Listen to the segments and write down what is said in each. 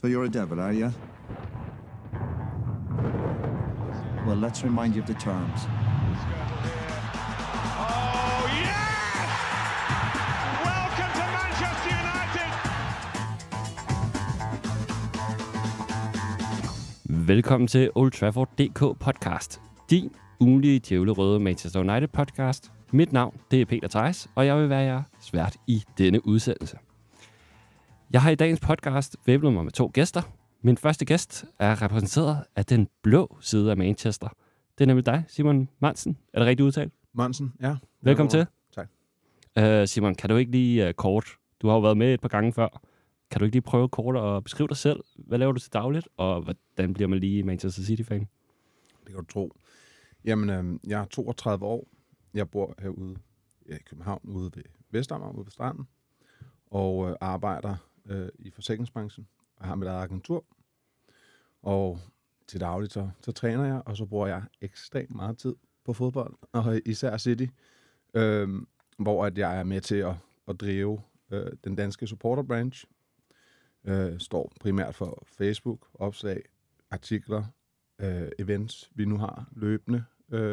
So you're a devil, are you? Well, let's remind you of the terms. Oh, yes! Welcome to Manchester United! Velkommen til Old Trafford DK podcast. Din ugenlige djævlerøde Manchester United podcast. Mit navn, det er Peter Theis, og jeg vil være jeres vært i denne udsendelse. Jeg har i dagens podcast væbnet mig med 2 gæster. Min første gæst er repræsenteret af den blå side af Manchester. Det er nemlig dig, Simon Mansen. Er det rigtigt udtalt? Mansen, ja. Velkommen til. Tak. Simon, kan du ikke lige kort, du har jo været med et par gange før, kan du ikke lige prøve kort at beskrive dig selv? Hvad laver du til dagligt, og hvordan bliver man lige Manchester City-fan? Det kan du tro. Jamen, jeg er 32 år. Jeg bor herude i København, ude ved Vestamager, ude ved stranden, og arbejder i forsikringsbranchen og har mit eget agentur. Og til dagligt så træner jeg, og så bruger jeg ekstremt meget tid på fodbold, og især City, hvor at jeg er med til at drive den danske supporter branch. Står primært for Facebook, opslag, artikler, events, vi nu har løbende.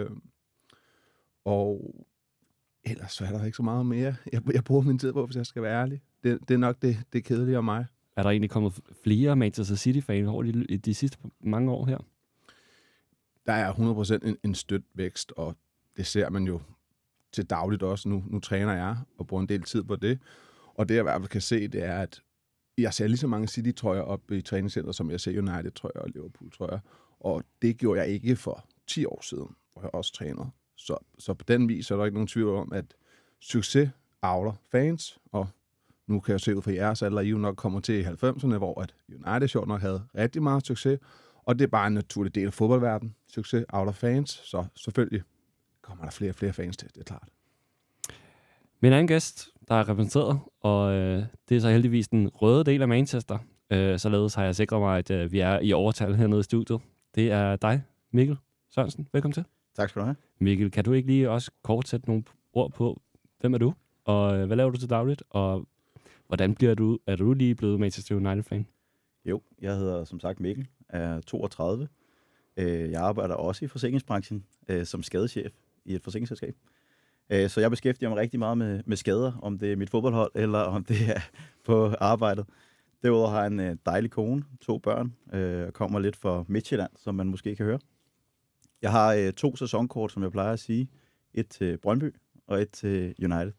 Og ellers så er der ikke så meget mere. Jeg bruger min tid på, hvis jeg skal være ærlig. Det er nok det kedelige om mig. Er der egentlig kommet flere Manchester City-fans over de sidste mange år her? Der er 100% en støt vækst, og det ser man jo til dagligt også. Nu træner jeg og bruger en del tid på det. Og det jeg i hvert fald kan se, det er, at jeg ser lige så mange City-trøjer op i træningscenter, som jeg ser United-trøjer og Liverpool-trøjer. Og det gjorde jeg ikke for 10 år siden, hvor jeg også trænede. Så på den vis er der ikke nogen tvivl om, at succes avler fans, og nu kan jeg se ud fra jeres alder, I jo nok kommer til i 90'erne, hvor at United sjovt nok havde rigtig meget succes, og det er bare en naturlig del af fodboldverdenen. Succes avler fans, så selvfølgelig kommer der flere og flere fans til, det er klart. Min anden gæst, der er repræsenteret, og det er så heldigvis den røde del af Manchester. Således har jeg sikret mig, at vi er i overtal hernede i studiet. Det er dig, Mikkel Sørensen. Velkommen til. Tak skal du have. Mikkel, kan du ikke lige også kort sætte nogle ord på, hvem er du, og hvad laver du til dagligt, og hvordan er du lige blevet Manchester United-fan? Jo, jeg hedder som sagt Mikkel, er 32. Jeg arbejder også i forsikringsbranchen som skadechef i et forsikringsselskab. Så jeg beskæftiger mig rigtig meget med skader, om det er mit fodboldhold, eller om det er på arbejdet. Derudover har jeg en dejlig kone, 2 børn, og kommer lidt fra Midtjylland, som man måske kan høre. Jeg har 2 sæsonkort, som jeg plejer at sige. Et til Brøndby og et til United.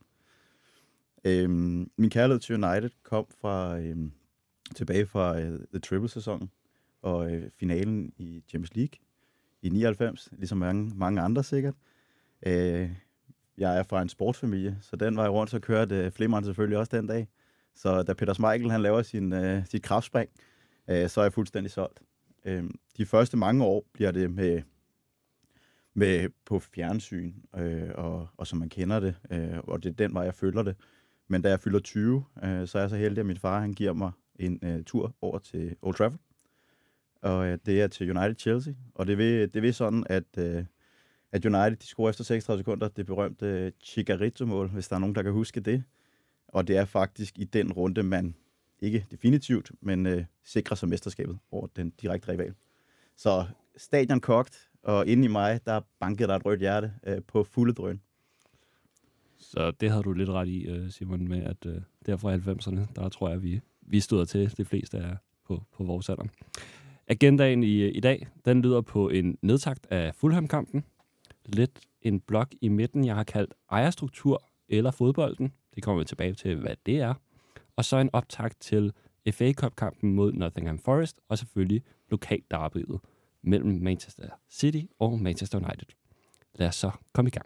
Min kærlighed til United kom tilbage fra The Triple-sæsonen og finalen i Champions League i 99, ligesom mange andre sikkert. Jeg er fra en sportsfamilie, så den var jeg rundt, så kørte Flimmeren selvfølgelig også den dag. Så da Peter Schmeichel han laver sit kraftspring, så er jeg fuldstændig solgt. De første mange år bliver det med på fjernsyn, og som man kender det, og det er den vej, jeg følger det. Men da jeg fylder 20, så er jeg så heldig, at min far han giver mig en tur over til Old Trafford. Og det er til United-Chelsea, og det vil sådan, at United de scorer efter 36 sekunder det berømte Chicharito-mål, hvis der er nogen, der kan huske det. Og det er faktisk i den runde, man ikke definitivt, men sikrer sig mesterskabet over den direkte rival. Så stadion kogt, og inde i mig, der bankede der et rødt hjerte på fulde drøn. Så det havde du lidt ret i, Simon, med at derfra 90'erne, der tror jeg, vi stod til det fleste af på vores alder. Agendaen i dag, den lyder på en nedtakt af Fulham-kampen. Lidt en blok i midten, jeg har kaldt ejerstruktur eller fodbolden. Det kommer vi tilbage til, hvad det er. Og så en optakt til FA Cup-kampen mod Nottingham Forest, og selvfølgelig lokalderbyet mellem Manchester City og Manchester United. Lad os så komme i gang.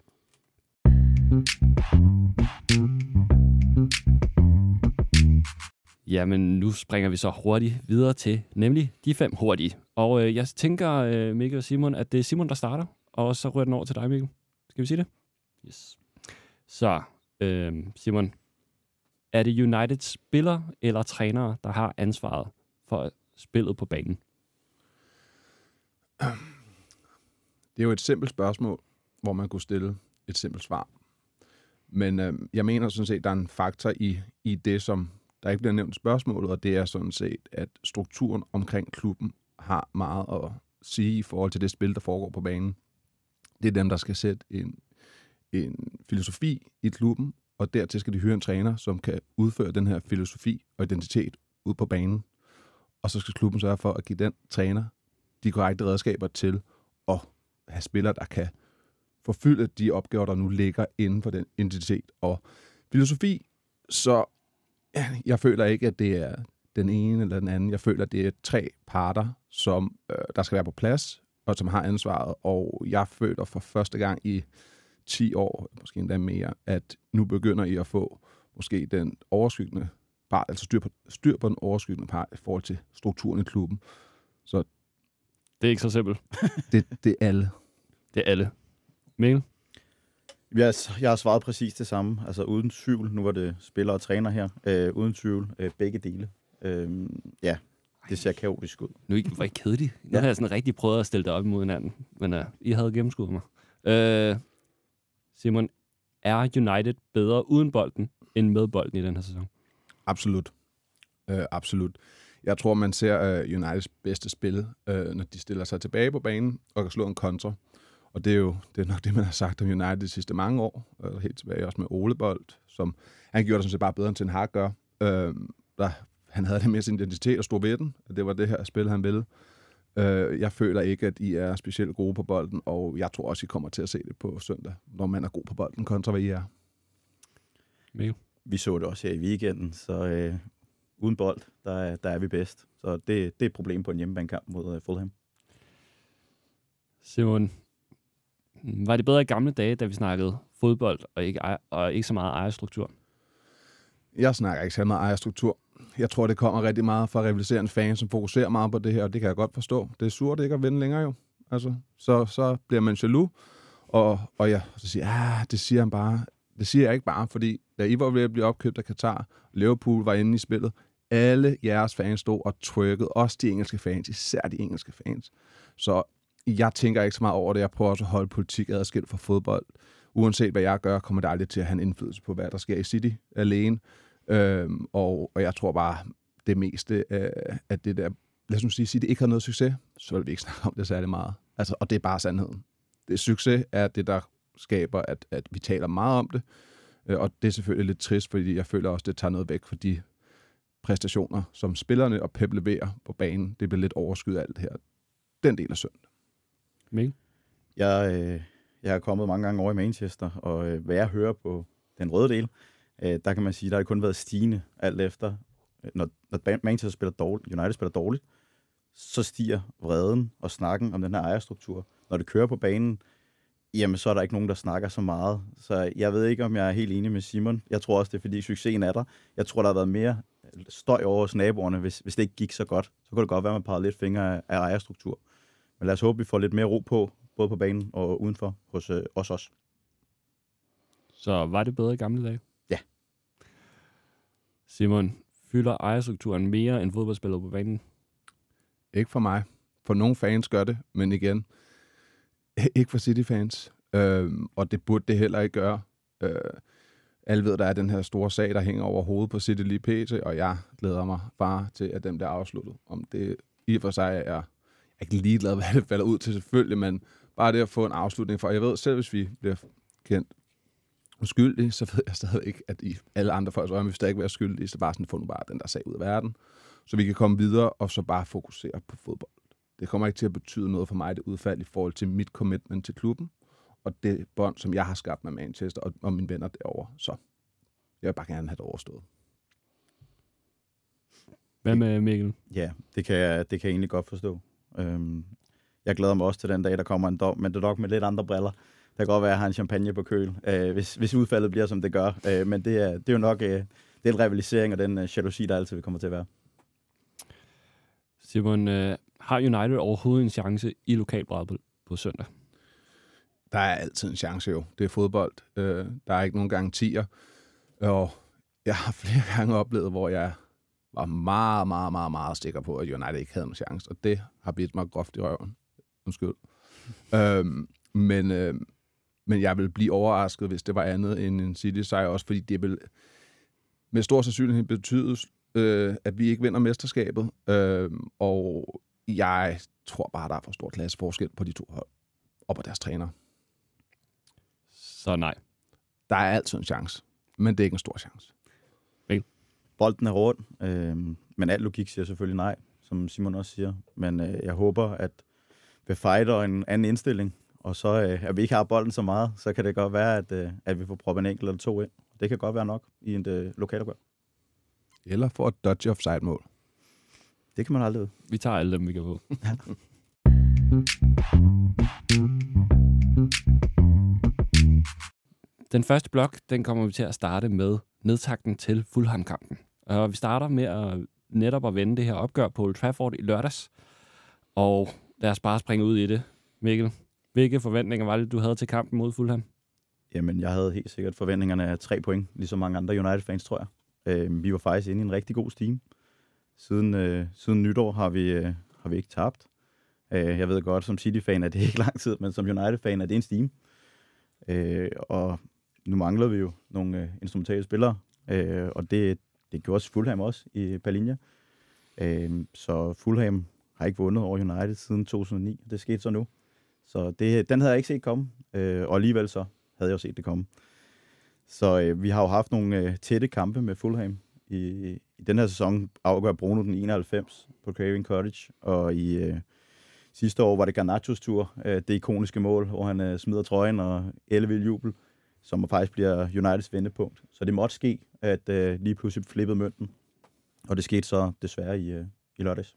Jamen, nu springer vi så hurtigt videre til, nemlig de 5 hurtige. Og jeg tænker, Mikkel og Simon, at det er Simon, der starter, og så rører den over til dig, Mikkel. Skal vi sige det? Yes. Så, Simon, er det Uniteds spillere eller trænere, der har ansvaret for spillet på banen? Det er jo et simpelt spørgsmål, hvor man kunne stille et simpelt svar. Men jeg mener sådan set, at der er en faktor i det, som der ikke bliver nævnt i spørgsmålet, og det er sådan set, at strukturen omkring klubben har meget at sige i forhold til det spil, der foregår på banen. Det er dem, der skal sætte en filosofi i klubben, og dertil skal de hyre en træner, som kan udføre den her filosofi og identitet ud på banen. Og så skal klubben sørge for at give den træner de korrekte redskaber til at have spillere, der kan forfylde de opgaver, der nu ligger inden for den identitet og filosofi. Så jeg føler ikke, at det er den ene eller den anden. Jeg føler, at det er 3 parter, som der skal være på plads, og som har ansvaret. Og jeg føler for første gang i 10 år, måske endda mere, at nu begynder I at få måske den overskyggende part, altså styr på den overskyggende part i forhold til strukturen i klubben. Så Det er ikke så simpelt. det er alle. Det er alle. Mikkel? Jeg har svaret præcis det samme. Altså uden tvivl. Nu var det spiller og træner her. Uden tvivl. Begge dele. Ja, det ser kaotisk ud. Nu var I kedelige. Nu har jeg sådan rigtig prøvet at stille det op imod hinanden. Men I havde gennemskuet mig. Simon, er United bedre uden bolden end med bolden i den her sæson? Absolut. Absolut. Jeg tror, man ser Uniteds bedste spil, når de stiller sig tilbage på banen og kan slå en kontra. Og det er nok det, man har sagt om United de sidste mange år. Helt tilbage også med Ole Bold, som han gjorde det sådan set bare bedre end Ten Hag gør. Han havde det med sin identitet og stod ved den. Det var det her spil, han ville. Jeg føler ikke, at I er specielt gode på bolden, og jeg tror også, I kommer til at se det på søndag, når man er god på bolden, kontra hvad I er. Mikkel? Vi så det også her i weekenden, så uden bold, der er vi bedst. Så det er et problem på en hjemmebanekamp mod Fulham. Simon, var det bedre i gamle dage, da vi snakkede fodbold og ikke så meget ejerstruktur? Jeg snakker ikke så meget ejerstruktur. Jeg tror, det kommer rigtig meget fra rivaliserende fans, som fokuserer meget på det her, og det kan jeg godt forstå. Det er surt ikke at vinde længere jo. Altså, så bliver man jaloux, og så siger det siger han bare. Det siger jeg ikke bare, fordi da I var ved at blive opkøbt af Qatar, Liverpool var inde i spillet, alle jeres fans stod og trykkede, også de engelske fans, især de engelske fans. Så jeg tænker ikke så meget over det. Jeg prøver også at holde politik adskilt fra fodbold. Uanset hvad jeg gør, kommer det aldrig til at have en indflydelse på, hvad der sker i City alene. Og jeg tror bare, det meste af det der, lad os sige, City ikke har noget succes, så vil vi ikke snakke om det særlig meget. Altså, og det er bare sandheden. Det succes er det, der skaber, at vi taler meget om det. Og det er selvfølgelig lidt trist, fordi jeg føler også, det tager noget væk fra de præstationer, som spillerne og Pep leverer på banen. Det bliver lidt overskyet af alt det her. Den del er synd. Mikkel? Jeg har kommet mange gange over i Manchester, og hvad jeg hører på den røde del, der kan man sige, der har det kun været stigende alt efter. Når Manchester spiller dårligt, United spiller dårligt, så stiger vreden og snakken om den her ejerstruktur. Når det kører på banen, jamen så er der ikke nogen, der snakker så meget. Så jeg ved ikke, om jeg er helt enig med Simon. Jeg tror også, det er fordi succesen er der. Jeg tror, der har været mere støj over hos naboerne, hvis det ikke gik så godt. Så kunne det godt være, at man pegede lidt fingre af ejerstruktur. Men lad os håbe, vi får lidt mere ro på, både på banen og udenfor hos os også. Så var det bedre i gamle dage? Ja. Simon, fylder ejerstrukturen mere end fodboldspillere på banen? Ikke for mig. For nogle fans gør det, men igen, ikke for City-fans. Og det burde det heller ikke gøre. Alle ved, der er den her store sag, der hænger over hovedet på City lige pt., og jeg glæder mig bare til, at dem bliver afsluttet. Om det i og for sig er ikke ligeglad, hvad det falder ud til selvfølgelig, men bare det at få en afslutning. For jeg ved, selv hvis vi bliver kendt uskyldige, så ved jeg stadig ikke, at i alle andre folks øjne vil vi stadig være skyldige, så bare sådan få nu bare den der sag ud af verden, så vi kan komme videre og så bare fokusere på fodbold. Det kommer ikke til at betyde noget for mig, det udfald i forhold til mit commitment til klubben, og det bånd, som jeg har skabt med Manchester og mine venner derovre. Så jeg vil bare gerne have det overstået. Hvad med Mikkel? Ja, det kan jeg egentlig godt forstå. Jeg glæder mig også til den dag, der kommer en dom, men det er nok med lidt andre briller. Det kan godt være, at jeg har en champagne på køl, hvis udfaldet bliver, som det gør. Men det er jo nok den rivalisering og den jalousi, der altid vil komme til at være. Simon, har United overhovedet en chance i lokalbrædet på søndag? Der er altid en chance jo. Det er fodbold. Der er ikke nogen garantier. Og jeg har flere gange oplevet, hvor jeg var meget, meget, meget, meget sikker på, at United ikke havde en chance. Og det har bidt mig groft i røven. Undskyld. Men jeg vil blive overrasket, hvis det var andet end en City-sejr, også fordi det vil med stor sandsynlighed betyde at vi ikke vinder mesterskabet. Og jeg tror bare, der er for stor klasseforskel på de to hold og på deres træner. Så nej. Der er altid en chance, men det er ikke en stor chance. Bolden er rund, men al logik siger selvfølgelig nej, som Simon også siger. Men jeg håber, at ved fighter en anden indstilling, og så at vi ikke har bolden så meget, så kan det godt være, at vi får proppet en enkelt eller to ind. Det kan godt være nok i en lokalopgør. Eller for et dodge offside-mål. Det kan man aldrig vide. Vi tager alle dem, vi kan få. Den første blok, den kommer vi til at starte med nedtakten til Fulham-kampen. Og vi starter med at netop at vende det her opgør på Old Trafford i lørdags. Og lad os bare springe ud i det. Mikkel, hvilke forventninger var det, du havde til kampen mod Fulham? Jamen, jeg havde helt sikkert forventningerne af 3 point, ligesom mange andre United-fans, tror jeg. Vi var faktisk inde i en rigtig god stime. Siden nytår har vi ikke tabt. Jeg ved godt, som City-fan er det ikke lang tid, men som United-fan er det en stime. Og nu mangler vi jo nogle instrumentale spillere, og det gjorde også Fulham også i Palinja. Så Fulham har ikke vundet over United siden 2009. Det skete så nu. Så den havde jeg ikke set komme, og alligevel så havde jeg jo set det komme. Så vi har jo haft nogle tætte kampe med Fulham. I den her sæson afgør Bruno den 91 på Craven Cottage, og i sidste år var det Garnachos tur, det ikoniske mål, hvor han smider trøjen og ellevild jubel, som faktisk bliver Uniteds vendepunkt. Så det måtte ske, at lige pludselig flippede mønten, og det skete så desværre i lørdags.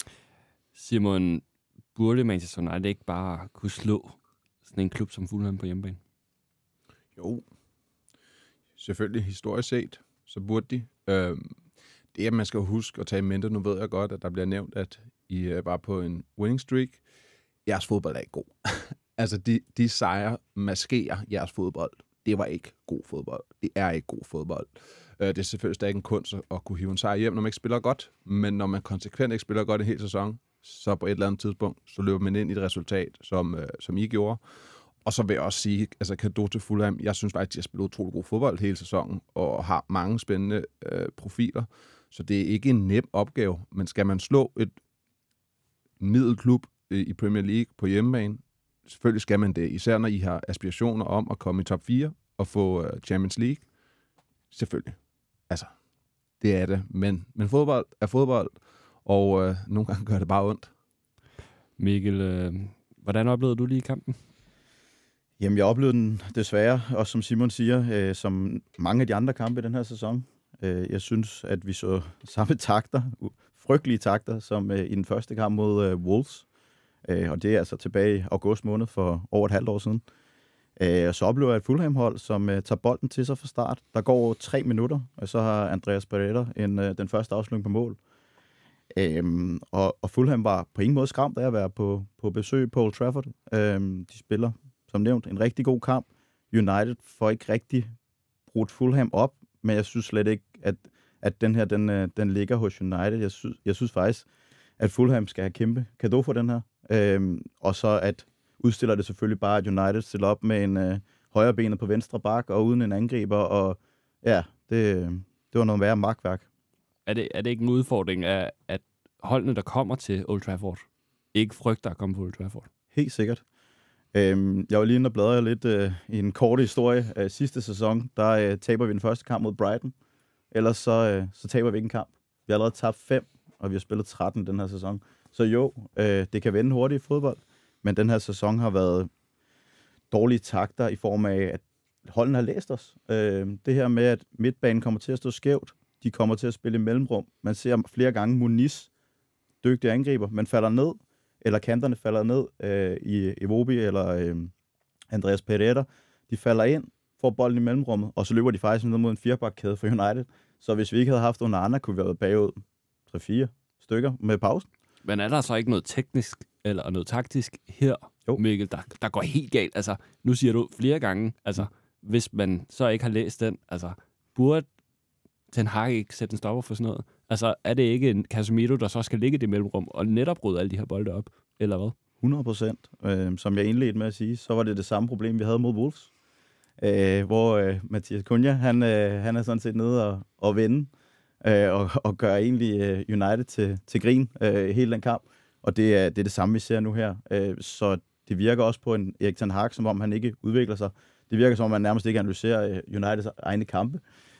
Simon, burde Manchester United ikke bare kunne slå sådan en klub som Fulham på hjemmebane? Jo, selvfølgelig historisk set, så burde de. Det at man skal huske at tage i mente, nu ved jeg godt, at der bliver nævnt, at I er bare på en winning streak. Jeres fodbold er ikke god. Altså, de sejre maskerer jeres fodbold. Det var ikke god fodbold. Det er ikke god fodbold. Det er selvfølgelig stadig en kunst at kunne hive en sejr hjem, når man ikke spiller godt. Men når man konsekvent ikke spiller godt en hel sæson, så på et eller andet tidspunkt, så løber man ind i et resultat, som I gjorde. Og så vil jeg også sige, altså cadeau til Fulham, jeg synes faktisk, at de har spillet utrolig god fodbold hele sæsonen, og har mange spændende profiler. Så det er ikke en nem opgave, men skal man slå et middelklub i Premier League på hjemmebane, selvfølgelig skal man det, især når I har aspirationer om at komme i top 4 og få Champions League. Selvfølgelig. Altså, det er det. Men fodbold er fodbold, og nogle gange gør det bare ondt. Mikkel, hvordan oplevede du lige kampen? Jamen, jeg oplevede den desværre, også som Simon siger, som mange af de andre kampe i den her sæson. Jeg synes, at vi så samme takter, frygtelige takter, som i den første kamp mod Wolves. Og det er altså tilbage i august måned for over et halvt år siden. Og så oplever jeg et Fulham-hold, som tager bolden til sig fra start. Der går 3 minutter, og så har Andreas Pereira den første afslutning på mål. Og Fulham var på ingen måde skræmt af at være på besøg på Old Trafford. De spiller, som nævnt, en rigtig god kamp. United får ikke rigtig brudt Fulham op, men jeg synes slet ikke, at den her, den ligger hos United. Jeg synes faktisk, at Fulham skal have kæmpe cadeau for den her. Og så at udstiller det selvfølgelig bare, at United stiller op med en højrebenet på venstre bak og uden en angriber. Og ja, det var noget værre magtværk. Er det ikke en udfordring, at holdene, der kommer til Old Trafford, ikke frygter at komme på Old Trafford? Helt sikkert. Jeg var lige inde og bladre lidt i en kort historie. Sidste sæson, der taber vi den første kamp mod Brighton. Ellers så taber vi ikke en kamp. Vi har allerede tabt 5, og vi har spillet 13 den her sæson. Så jo, det kan vende hurtigt i fodbold. Men den her sæson har været dårlige takter i form af, at holdene har læst os. Det her med, at midtbanen kommer til at stå skævt. De kommer til at spille i mellemrum. Man ser flere gange Muniz, dygtig angriber, men falder ned, eller kanterne falder ned i Iwobi eller Andreas Pereira. De falder ind, får bolden i mellemrummet, og så løber de faktisk ned mod en 4-bakkæde for United. Så hvis vi ikke havde haft Onana, kunne vi have været bagud 3-4 stykker med pausen. Men er der så ikke noget teknisk eller noget taktisk her, Jo. Mikkel, der går helt galt? Altså, nu siger du flere gange, altså, hvis man så ikke har læst den, altså, burde Ten Hag ikke sætte en stopper for sådan noget? Altså, er det ikke en Casemiro, der så skal ligge i det mellemrum og netop rydde alle de her bolde op, eller hvad? 100%. Som jeg indledte med at sige, så var det samme problem, vi havde mod Wolves. Hvor Mathias Cunha, han er sådan set nede og vende. og gør egentlig United til grin hele den kamp. Og det er det samme, vi ser nu her. Så det virker også på en Erik ten Hag, som om han ikke udvikler sig. Det virker som om, man nærmest ikke analyserer Uniteds egne kampe.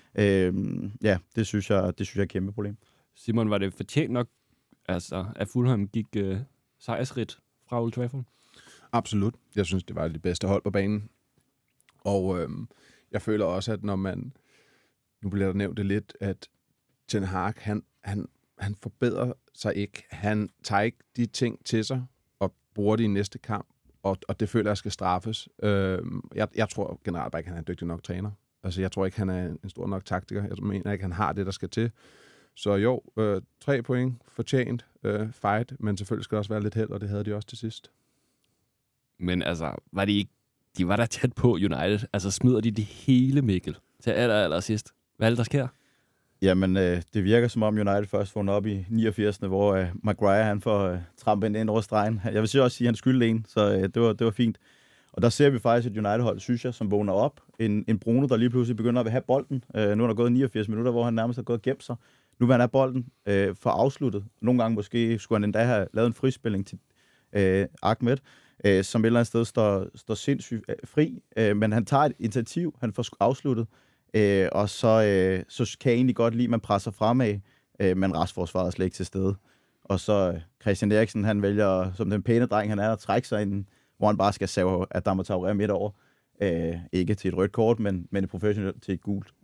Det synes jeg er et kæmpe problem. Simon, var det fortjent nok, altså, at Fulham gik sejrsrigt fra Old Trafford? Absolut. Jeg synes, det var det bedste hold på banen. Og jeg føler også, at når man... Nu bliver der nævnt det lidt, at Ten Hag, han forbedrer sig ikke. Han tager ikke de ting til sig og bruger det i næste kamp. Og det føler jeg skal straffes. Jeg tror generelt bare ikke, han er en dygtig nok træner. Altså, jeg tror ikke, han er en stor nok taktiker. Jeg mener ikke, han har det, der skal til. Så jo, 3 point, fortjent, fight, men selvfølgelig skal der også være lidt held, og det havde de også til sidst. Men altså, var de ikke... De var der tæt på United. Altså, smider de det hele, Mikkel, til aller sidst. Hvad er det, der sker? Jamen, det virker som om United først får op i 89. hvor Maguire han får trampet ind over stregen. Jeg vil også sige, at han skyldte en, så det var fint. Og der ser vi faktisk et United-hold, synes jeg, som vågner op. En Bruno, der lige pludselig begynder at have bolden. Nu er der gået 89 minutter, hvor han nærmest har gået og gemt sig. Nu vil han have bolden for afsluttet. Nogle gange måske skulle han endda have lavet en frispilling til Ahmed, som et eller andet sted står sindssygt fri. Men han tager et initiativ, han får afsluttet. Og så kan jeg egentlig godt lide, at man presser fremad, men restforsvaret er slet ikke til stede. Og så Christian Eriksen, han vælger, som den pæne dreng han er, at trække sig ind, hvor han bare skal save, at der må tage midt over. Ikke til et rødt kort, men et professionelt til et gult.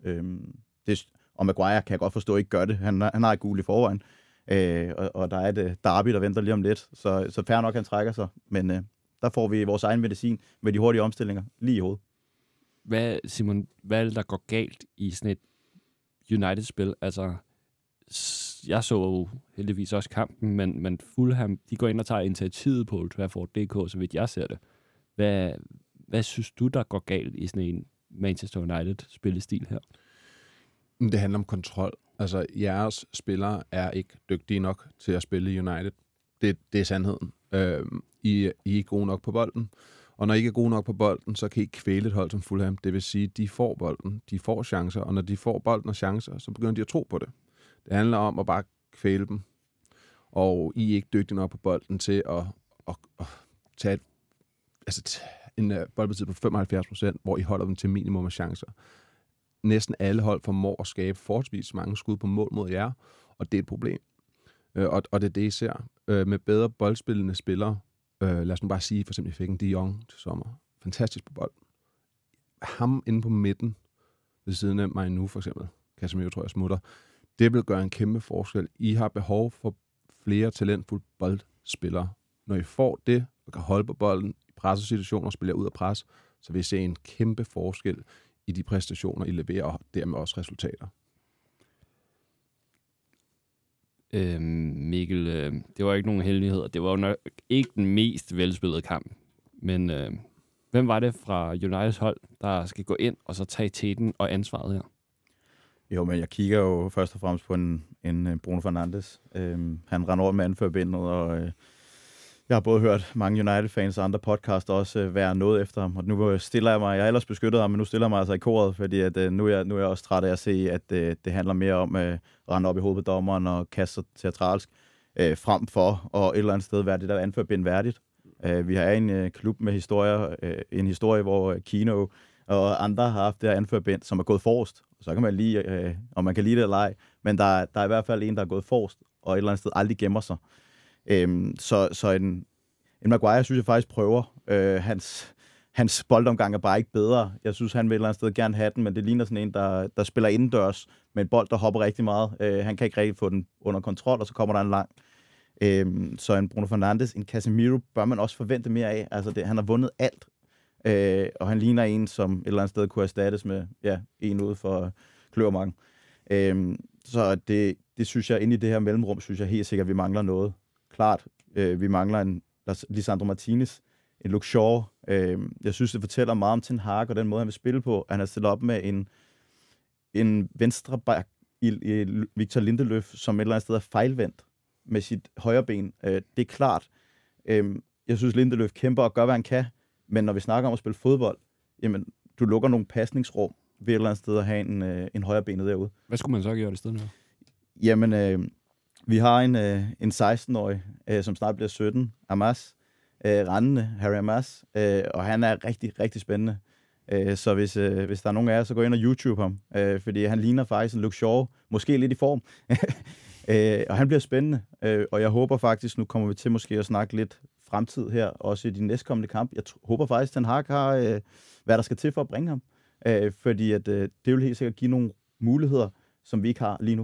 Og Maguire kan jeg godt forstå ikke gør det. Han har et gult i forvejen. Og der er et derby, der venter lige om lidt. Så fair nok, han trækker sig. Men der får vi vores egen medicin med de hurtige omstillinger lige i hovedet. Simon, hvad er det, der går galt i sådan et United-spil? Altså, jeg så jo heldigvis også kampen, men Fulham, de går ind og tager initiativet på Old Trafford.dk, så vidt jeg ser det. Hvad synes du, der går galt i sådan en Manchester United-spillestil her? Det handler om kontrol. Altså, jeres spillere er ikke dygtige nok til at spille United. Det er sandheden. I er ikke gode nok på bolden. Og når I ikke er gode nok på bolden, så kan I kvæle et hold som Fulham. Det vil sige, at de får bolden, de får chancer, og når de får bolden og chancer, så begynder de at tro på det. Det handler om at bare kvæle dem. Og I er ikke dygtige nok på bolden til at tage en boldbesiddelse på 75%, hvor I holder dem til minimum af chancer. Næsten alle hold formår at skabe forholdsvis mange skud på mål mod jer, og det er et problem. Og det er det, I ser. Med bedre boldspillende spillere, lad os nu bare sige, for eksempel, I fik en De Jong til sommer. Fantastisk på bolden. Ham inde på midten, ved siden af mig nu for eksempel, Casemiro tror jeg smutter, det vil gøre en kæmpe forskel. I har behov for flere talentfulde boldspillere. Når I får det, og kan holde på bolden i pressesituationer og spille ud af pres, så vil I se en kæmpe forskel i de præstationer, I leverer, og dermed også resultater. Mikkel, det var ikke nogen heldighed. Det var jo nok ikke den mest velspillede kamp. Men hvem var det fra Uniteds hold, der skal gå ind og så tage teten og ansvaret her? Jo, men jeg kigger jo først og fremmest på en Bruno Fernandes. Han render over med anførbindet, og jeg har både hørt mange United-fans og andre podcaster også være noget efter ham. Og nu stiller jeg mig, jeg har ellers beskyttet ham, men nu stiller jeg mig altså i koret, fordi at, nu er jeg også træt af at se, at det handler mere om at rende op i hovedet på dommeren og kaste sig teatralsk, frem for at et eller andet sted være det der anførbind værdigt. Vi har en klub med en historie, hvor Kino og andre har haft det her anførbind, som er gået forrest. Så kan man lide, om man kan lide det eller ej, men der er i hvert fald en, der er gået forrest, og et eller andet sted aldrig gemmer sig. Så en Maguire, synes jeg faktisk prøver. Hans boldomgang er bare ikke bedre. Jeg synes, han vil et eller andet sted gerne have den, men det ligner sådan en, der spiller indendørs med en bold, der hopper rigtig meget. Han kan ikke rigtig få den under kontrol, og så kommer der en lang. Så en Bruno Fernandes, en Casemiro, bør man også forvente mere af. Altså han har vundet alt, og han ligner en, som et eller andet sted kunne erstattes med en ude for kløvermarken. Så det synes jeg, inde i det her mellemrum, synes jeg helt sikkert, at vi mangler noget. Klart, vi mangler en Lisandro Martinez, en Luke Shaw. Jeg synes, det fortæller meget om Ten Hag og den måde, han vil spille på. Han har stillet op med en venstre back i Victor Lindeløf, som et eller andet sted er fejlvendt med sit højre ben. Det er klart. Jeg synes, Lindeløf kæmper og gør, hvad han kan, men når vi snakker om at spille fodbold, jamen, du lukker nogle pasningsrum ved et eller andet sted at have en højre benet derude. Hvad skulle man så gøre i stedet for? Jamen, vi har en 16-årig, som snart bliver 17, Hamas, rendende, Harry Hamas, og han er rigtig, rigtig spændende. Så hvis der er nogen af jer, så gå ind og YouTube ham, fordi han ligner faktisk en Luke Shaw, måske lidt i form. Og han bliver spændende, og jeg håber faktisk, nu kommer vi til måske at snakke lidt fremtid her, også i de næstkommende kamp. Jeg håber faktisk, at Ten Hag har, hvad der skal til for at bringe ham, fordi at, det vil helt sikkert give nogle muligheder, som vi ikke har lige nu.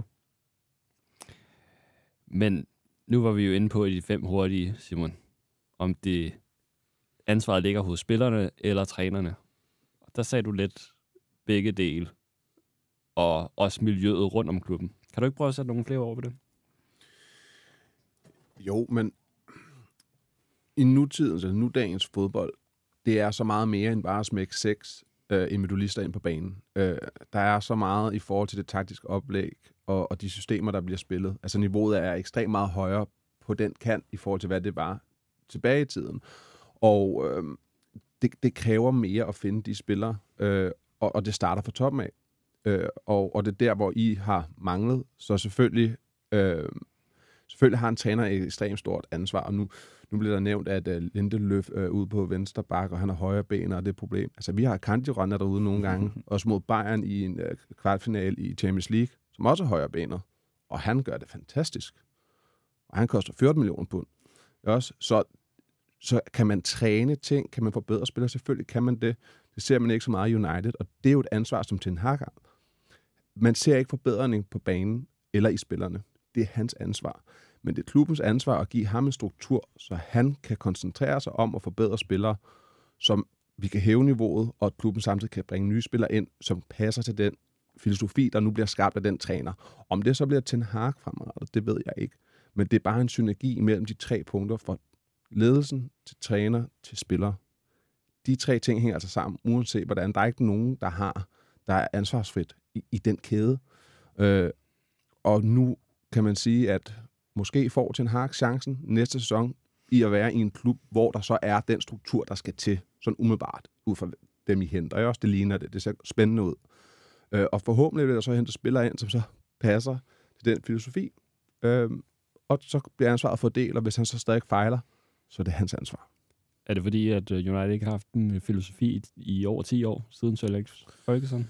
Men nu var vi jo inde på i de 5 hurtige, Simon, om det ansvaret ligger hos spillerne eller trænerne. Der sagde du lidt begge dele, og også miljøet rundt om klubben. Kan du ikke prøve at sætte nogle flere ord på det? Jo, men i nutidens, eller nudagens fodbold, det er så meget mere end bare at smække 6 individualister ind på banen. Der er så meget i forhold til det taktiske oplæg og de systemer, der bliver spillet. Altså niveauet er ekstremt meget højere på den kant i forhold til, hvad det var tilbage i tiden. Og det kræver mere at finde de spillere, og det starter fra toppen af. Og det er der, hvor I har manglet. Så selvfølgelig har en træner et ekstremt stort ansvar, og nu bliver der nævnt, at Lindeløf ude på venstre bak, og han har højre ben, og det er et problem. Altså, vi har Kanji-Rønner derude nogle gange, også mod Bayern i en kvartfinal i Champions League, som også er højre benet, og han gør det fantastisk. Og han koster 14 millioner pund. Også. Så kan man træne ting, kan man forbedre spillere? Selvfølgelig kan man det. Det ser man ikke så meget i United, og det er jo et ansvar, som Ten Hag har. Man ser ikke forbedring på banen eller i spillerne. Det er hans ansvar. Men det er klubbens ansvar at give ham en struktur, så han kan koncentrere sig om at forbedre spillere, som vi kan hæve niveauet, og at klubben samtidig kan bringe nye spillere ind, som passer til den filosofi, der nu bliver skabt af den træner. Om det så bliver Ten Hag fremadrettet, det ved jeg ikke. Men det er bare en synergi mellem de 3 punkter, fra ledelsen til træner til spiller. De 3 ting hænger altså sammen, uanset hvordan. Der er ikke nogen, der er ansvarsfrit i den kæde. Og nu kan man sige, at måske får Ten Hag chancen næste sæson i at være i en klub, hvor der så er den struktur, der skal til, sådan umiddelbart, ud fra dem I henter. Og også det ligner det. Det ser spændende ud. Og forhåbentlig vil der så hente spillere ind, som så passer til den filosofi. Og så bliver ansvaret fordelt, og hvis han så stadig fejler, så er det hans ansvar. Er det fordi, at United ikke har haft en filosofi i over 10 år, siden Sir Alex Ferguson?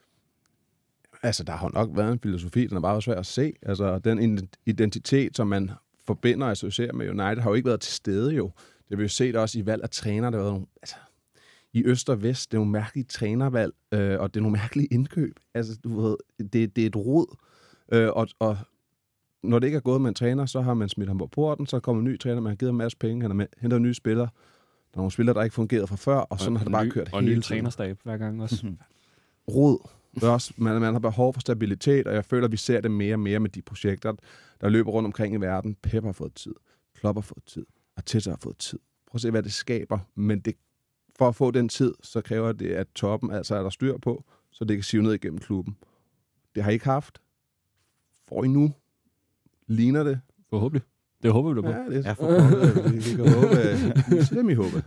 Altså, der har nok været en filosofi, den er bare svært at se. Altså, den identitet, som man forbinder og associerer med United, har jo ikke været til stede jo. Det har vi jo set også i valg af træner. Der har været nogle, altså, i øst og vest, det er nogle mærkelige trænervalg, og det er nogle mærkelige indkøb. Altså, du ved, det er et rod. Og når det ikke er gået med en træner, så har man smidt ham på porten, så kommer en ny træner, man har givet en masse penge, han har hentet nye spillere. Der er nogle spillere, der ikke fungerede fra før, og sådan har det bare kørt hele tiden. Og ny trænerstab hver gang også. Rod. Også, man har behov for stabilitet, og jeg føler, at vi ser det mere og mere med de projekter, der løber rundt omkring i verden. Pep har fået tid, Klopp har fået tid, Arteta har fået tid. Prøv at se, hvad det skaber. Men for at få den tid, så kræver det, at toppen altså er der styr på, så det kan sive ned igennem klubben. Det har I ikke haft. Får I nu? Ligner det? Forhåbentlig. Det håber vi da på. Ja, det er forhåbentlig. Vi kan håbe. Slem i håbe.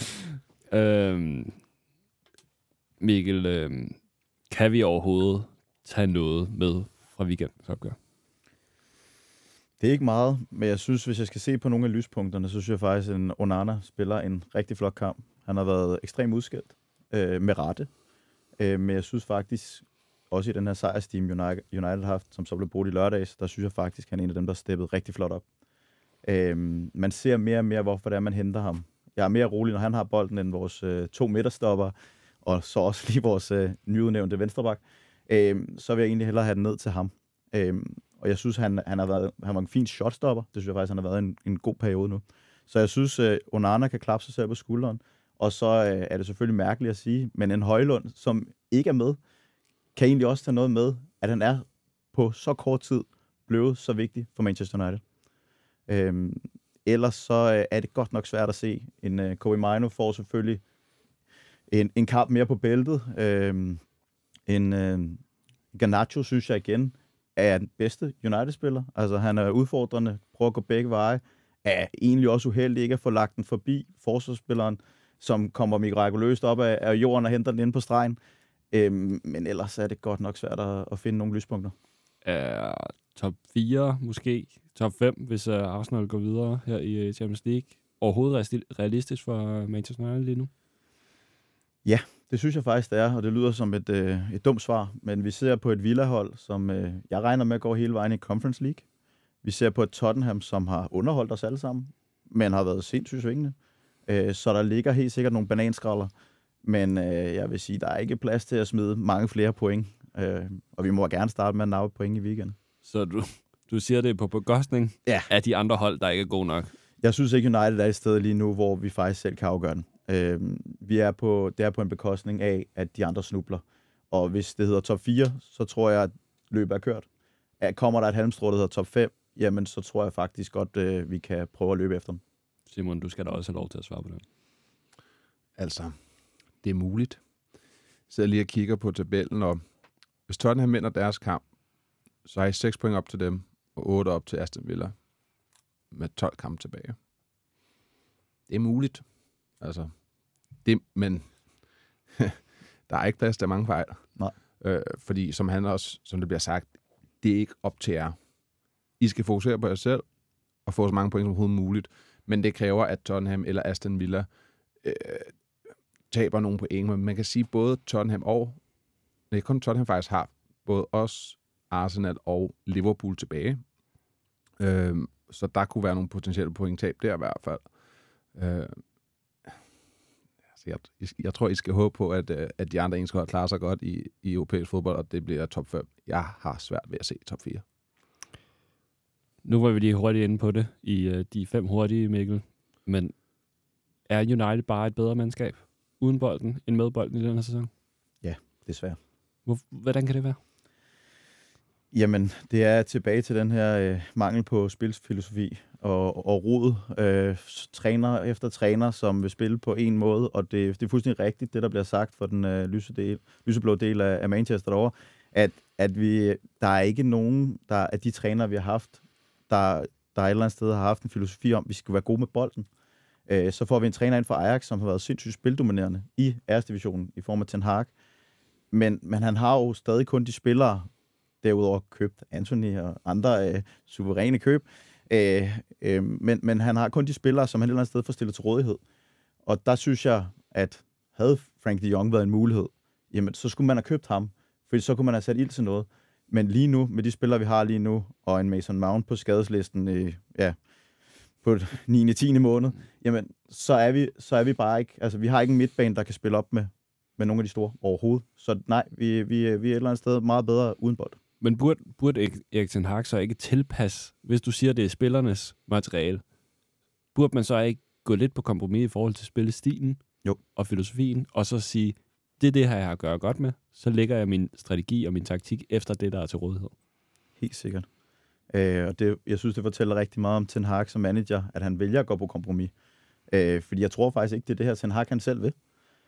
Mikkel, kan vi overhovedet tage noget med fra weekendens opgør? Det er ikke meget, men jeg synes, hvis jeg skal se på nogle af lyspunkterne, så synes jeg faktisk, at Onana spiller en rigtig flot kamp. Han har været ekstremt udskilt med rette, men jeg synes faktisk, også i den her sejrsteam United har haft, som så blev brugt i lørdags, der synes jeg faktisk, at han er en af dem, der steppet rigtig flot op. Man ser mere og mere, hvorfor det er, man henter ham. Jeg er mere rolig, når han har bolden, end vores 2 midterstopper, og så også lige vores nyudnævnte venstreback. Så vil jeg egentlig hellere have den ned til ham. Og jeg synes, han var en fin shotstopper. Det synes jeg faktisk, han har været en god periode nu. Så jeg synes, Onana kan klappe sig selv på skulderen. Og så er det selvfølgelig mærkeligt at sige, men en Højlund, som ikke er med, kan egentlig også tage noget med, at han er på så kort tid blevet så vigtig for Manchester United. Ellers så er det godt nok svært at se. En Kobe Mainoo får selvfølgelig en kamp mere på bæltet. Garnacho, synes jeg igen, er den bedste United-spiller. Altså, han er udfordrende, prøver at gå begge veje. Er egentlig også uheldig ikke at få lagt den forbi forsvarsspilleren, som kommer mirakuløst op af jorden og henter den ind på stregen. Men ellers er det godt nok svært at finde nogle lyspunkter. Er top 4, måske top 5, hvis Arsenal går videre her i Champions League. Overhovedet realistisk for Manchester United lige nu? Ja, det synes jeg faktisk, det er, og det lyder som et dumt svar, men vi ser på et Villa-hold, som jeg regner med at gå hele vejen i Conference League. Vi ser på et Tottenham, som har underholdt os alle sammen, men har været sindssygt svingende. Så der ligger helt sikkert nogle bananskralder, men jeg vil sige, der er ikke plads til at smide mange flere point, og vi må gerne starte med at nappe point i weekenden. Så du siger det på bekostning af de andre hold, der ikke er gode nok? Jeg synes ikke, United er et sted lige nu, hvor vi faktisk selv kan afgøre den. Det er på en bekostning af, at de andre snubler. Og hvis det hedder top 4, så tror jeg, at løbet er kørt. Kommer der et halmstrå, der hedder top 5, jamen så tror jeg faktisk godt, vi kan prøve at løbe efter dem. Simon, du skal da også have lov til at svare på det. Altså, det er muligt. Jeg sidder lige og kigger på tabellen, og hvis Tottenham vinder deres kamp, så har I 6 point op til dem, og 8 op til Aston Villa, med 12 kampe tilbage. Det er muligt. Altså, men der er ikke plads til mange fejl. Nej. Fordi som det bliver sagt, det er ikke op til jer. I skal fokusere på jer selv, og få så mange point som overhovedet muligt. Men det kræver, at Tottenham eller Aston Villa taber nogle point. Men man kan sige, både Tottenham kun Tottenham faktisk har både os, Arsenal og Liverpool tilbage. Så der kunne være nogle potentielle pointtab der i hvert fald. Jeg tror, I skal håbe på, at de andre skal klare sig godt i europæisk fodbold, og det bliver top 5. Jeg har svært ved at se top 4. Nu var vi lige hurtigt inde på det i de 5 hurtige, Mikkel. Men er United bare et bedre mandskab uden bolden end med bolden i den her sæson? Ja, desværre. Hvordan kan det være? Jamen, det er tilbage til den her mangel på spilfilosofi og rod. Træner efter træner, som vil spille på en måde, og det er fuldstændig rigtigt, det der bliver sagt for den lyseblå del af Manchester derovre, at der er ikke nogen af de trænere, vi har haft, der et eller andet sted har haft en filosofi om, at vi skal være gode med bolden. Så får vi en træner ind fra Ajax, som har været sindssygt spildominerende i æresdivisionen i form af Ten Hag. Men han har jo stadig kun de spillere, derudover købt Anthony og andre suveræne køb. Men han har kun de spillere, som han et eller andet sted får stillet til rådighed. Og der synes jeg, at havde Frank de Jong været en mulighed, jamen så skulle man have købt ham, for så kunne man have sat ild til noget. Men lige nu, med de spillere, vi har lige nu, og en Mason Mount på skadeslisten på 9. 10. måned, jamen så er vi bare ikke, altså vi har ikke en midtbane, der kan spille op med nogle af de store overhovedet. Så nej, vi er et eller andet sted meget bedre uden bold. Men burde Erik Ten Hag så ikke tilpasse, hvis du siger, det er spillernes materiale, burde man så ikke gå lidt på kompromis i forhold til spillestilen og filosofien, og så sige, det er det her, jeg har at gøre godt med, så lægger jeg min strategi og min taktik efter det, der er til rådighed? Helt sikkert. Og jeg synes, det fortæller rigtig meget om Ten Hag som manager, at han vælger at gå på kompromis. Fordi jeg tror faktisk ikke, det er det her, Ten Hag han selv vil.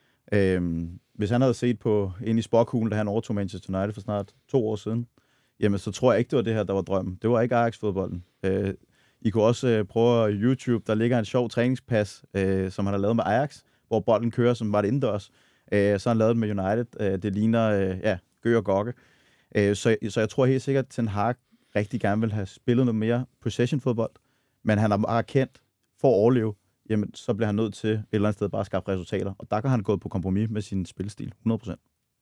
Hvis han havde set ind i sporkuglen, da han overtog Manchester United for snart 2 år siden, jamen så tror jeg ikke, det var det her, der var drømmen. Det var ikke Ajax-fodbolden. I kunne også prøve YouTube, der ligger en sjov træningspas, som han har lavet med Ajax, hvor bolden kører, som var det indendørs. Så han lavet det med United. Det ligner, gø og gokke. Så jeg tror helt sikkert, at Ten Hag rigtig gerne vil have spillet noget mere possession-fodbold, men han har bare kendt, for at overleve, jamen så bliver han nødt til et eller andet sted bare at skaffe resultater. Og der kan han gå på kompromis med sin spilstil, 100%.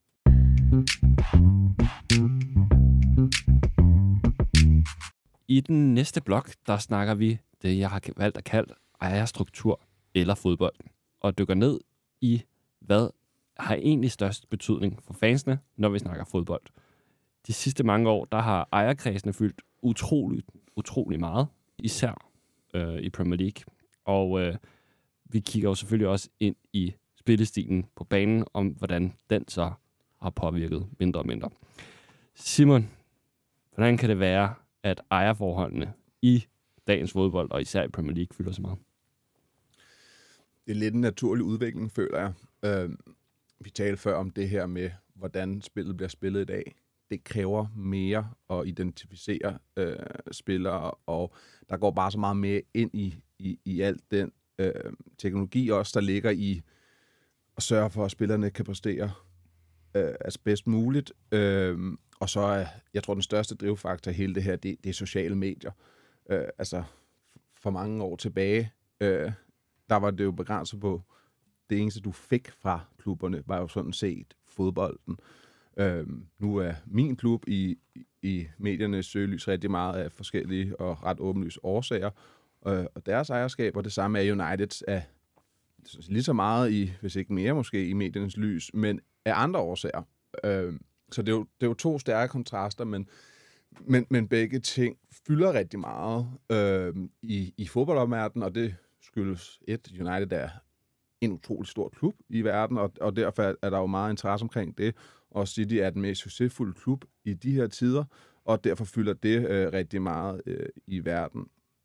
I den næste blok, der snakker vi det, jeg har valgt at kalde ejerstruktur eller fodbold. Og dykker ned i, hvad har egentlig størst betydning for fansene, når vi snakker fodbold. De sidste mange år, der har ejerkredsene fyldt utrolig meget, især i Premier League. Og vi kigger jo selvfølgelig også ind i spillestilen på banen, om hvordan den så har påvirket mindre og mindre. Simon, hvordan kan det være, at ejerforholdene i dagens fodbold, og især i Premier League, fylder så meget? Det er lidt en naturlig udvikling, føler jeg. Vi talte før om det her med, hvordan spillet bliver spillet i dag. Det kræver mere at identificere spillere, og der går bare så meget mere ind i alt den teknologi også, der ligger i at sørge for, at spillerne kan præstere bedst muligt. Og så er, jeg tror, den største drivfaktor i hele det her, det er sociale medier. Altså, for mange år tilbage, der var det jo begrænset på, det eneste, du fik fra klubberne, var jo sådan set fodbolden. Nu er min klub i mediernes søgelys rigtig meget af forskellige og ret åbenlyse årsager, og deres ejerskab, og det samme er Uniteds af lige så meget, hvis ikke mere måske, i mediernes lys, men af andre årsager. Så det er jo to stærke kontraster, men begge ting fylder rigtig meget i fodboldopverdenen, og det skyldes United er en utrolig stor klub i verden, og derfor er der jo meget interesse omkring det, og City er den mest succesfulde klub i de her tider, og derfor fylder det rigtig meget i verden.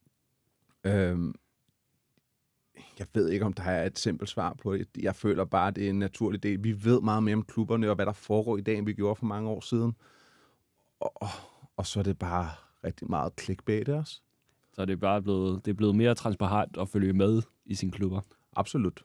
Jeg ved ikke, om der er et simpelt svar på det. Jeg føler bare, at det er en naturlig del. Vi ved meget mere om klubberne, og hvad der foregår i dag, end vi gjorde for mange år siden. Og så er det bare rigtig meget clickbait også. Så det er bare blevet mere transparent at følge med i sine klubber. Absolut.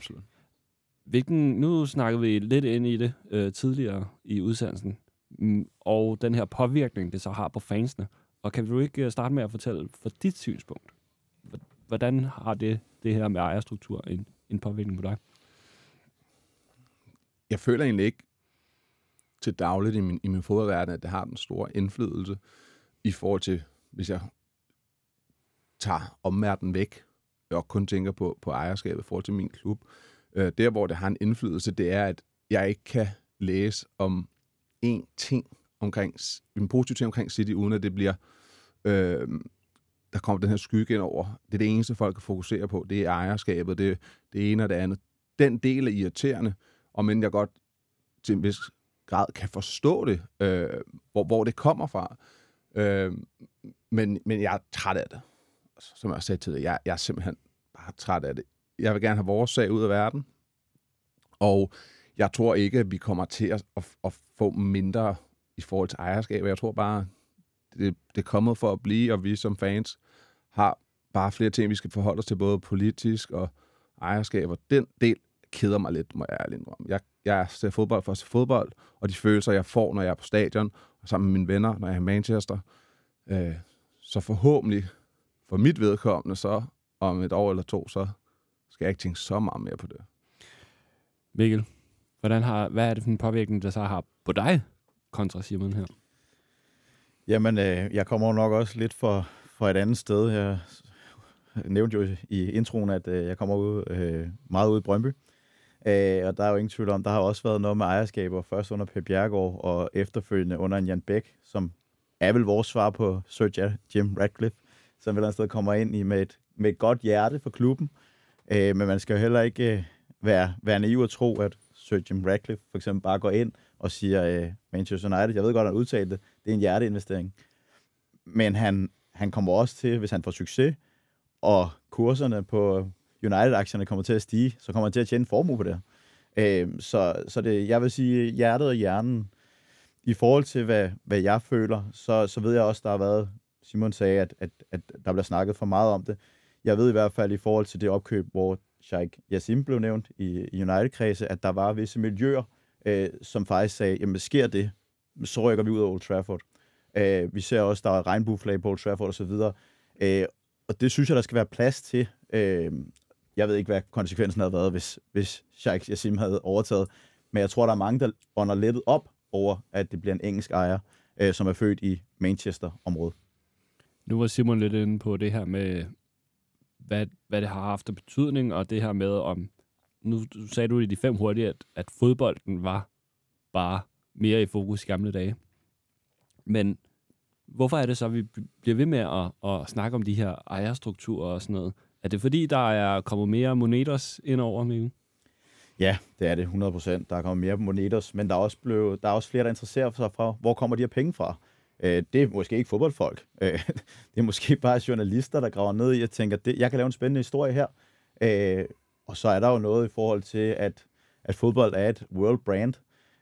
Nu snakkede vi lidt ind i det tidligere i udsendelsen, og den her påvirkning, det så har på fansene. Og kan du ikke starte med at fortælle fra dit synspunkt, hvordan har det her med ejerstruktur en påvirkning på dig? Jeg føler egentlig ikke til dagligt i min fodboldverden, at det har den store indflydelse i forhold til, hvis jeg tager omverdenen væk og kun tænker på ejerskabet i forhold til min klub. Der, hvor det har en indflydelse, det er, at jeg ikke kan læse om en positiv ting omkring City, uden at det bliver der kommer den her skygge ind over. Det er det eneste, folk kan fokusere på. Det er ejerskabet, det ene og det andet. Den del er irriterende, og men jeg godt til en vis grad kan forstå det, hvor det kommer fra. Men jeg er træt af det. Som jeg sagde til dig, jeg er simpelthen bare træt af det. Jeg vil gerne have vores sag ud af verden, og jeg tror ikke, at vi kommer til at få mindre i forhold til ejerskab. Jeg tror bare, det er kommet for at blive, og vi som fans har bare flere ting, vi skal forholde os til, både politisk og ejerskab, og den del keder mig lidt, må jeg ærligt indrømme. Jeg ser fodbold for at se fodbold, og de følelser, jeg får, når jeg er på stadion, og sammen med mine venner, når jeg er i Manchester. Så forhåbentlig, for mit vedkommende, så om et år eller to, så skal jeg ikke tænke så meget mere på det. Mikkel, hvad er det for en påvirkning, der så har på dig, kontra Simon her? Jamen, jeg kommer nok også lidt fra et andet sted. Jeg nævnte jo i introen, at jeg kommer meget ud i Brøndby. Og der er jo ingen tvivl om, der har også været noget med ejerskaber, først under Pep Bjerregaard og efterfølgende under en Jan Bæk, som er vel vores svar på Sir Jim Ratcliffe, som vel et sted kommer ind i med et godt hjerte for klubben. Men man skal jo heller ikke være naiv og tro, at Sir Jim Ratcliffe for eksempel bare går ind og siger Manchester United, jeg ved godt, at han udtalte det, det er en hjerteinvestering. Men han kommer også til, hvis han får succes, og kurserne på United-aktierne kommer til at stige, så kommer han til at tjene en formue på det. Så det, jeg vil sige, hjertet og hjernen, i forhold til, hvad jeg føler, så ved jeg også, der har været, Simon sagde, at der bliver snakket for meget om det. Jeg ved i hvert fald i forhold til det opkøb, hvor Sheikh Jassim blev nævnt i United-kredse, at der var visse miljøer, som faktisk sagde, jamen sker det, så rykker vi ud af Old Trafford. Vi ser også, der er regnbueflag på Old Trafford osv. Og det synes jeg, der skal være plads til. Jeg ved ikke, hvad konsekvensen havde været, hvis Sheikh Jassim havde overtaget. Men jeg tror, der er mange, der ånder lettet op over, at det bliver en engelsk ejer, som er født i Manchester-området. Nu var Simon lidt inde på det her med, hvad det har haft af betydning, og det her med, om nu sagde du i de 5 hurtigt, at fodbolden var bare mere i fokus i gamle dage. Men hvorfor er det så, at vi bliver ved med at snakke om de her ejerstrukturer og sådan noget? Er det fordi, der er kommet mere monetos ind over, Mikkel? Ja, det er det 100%. Der er kommet mere monetos, men der er også flere, der interesserer sig for, hvor kommer de her penge fra? Det er måske ikke fodboldfolk. Det er måske bare journalister, der graver ned i og tænker, jeg kan lave en spændende historie her. Og så er der jo noget i forhold til, at fodbold er et world brand.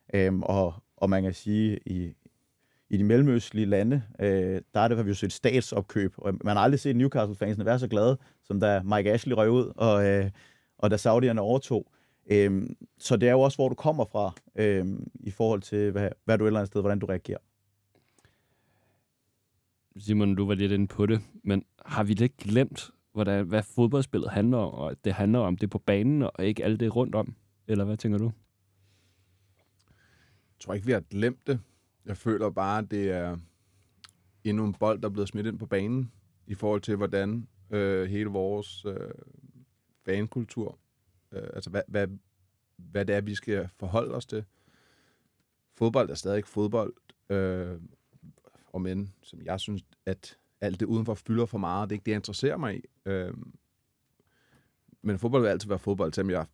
Og man kan sige, i de mellemøstlige lande, der er det, vi jo set statsopkøb. Og man har aldrig set Newcastle-fansene være så glade, som da Mike Ashley røg ud, og da Saudierne overtog. Så det er jo også, hvor du kommer fra, i forhold til, hvad du et eller andet sted, hvordan du reagerer. Simon, du var lidt inde på det, men har vi lidt glemt, hvad fodboldspillet handler om, og det handler om det på banen, og ikke alt det rundt om? Eller hvad tænker du? Jeg tror ikke, vi har glemt det. Jeg føler bare, at det er endnu en bold, der er blevet smidt ind på banen, i forhold til, hvordan hele vores fankultur, altså hvad det er, vi skal forholde os til. Fodbold er stadig fodbold, og men, som jeg synes, at alt det udenfor fylder for meget, det er ikke det, jeg interesserer mig i. Men fodbold vil altid være fodbold, selvom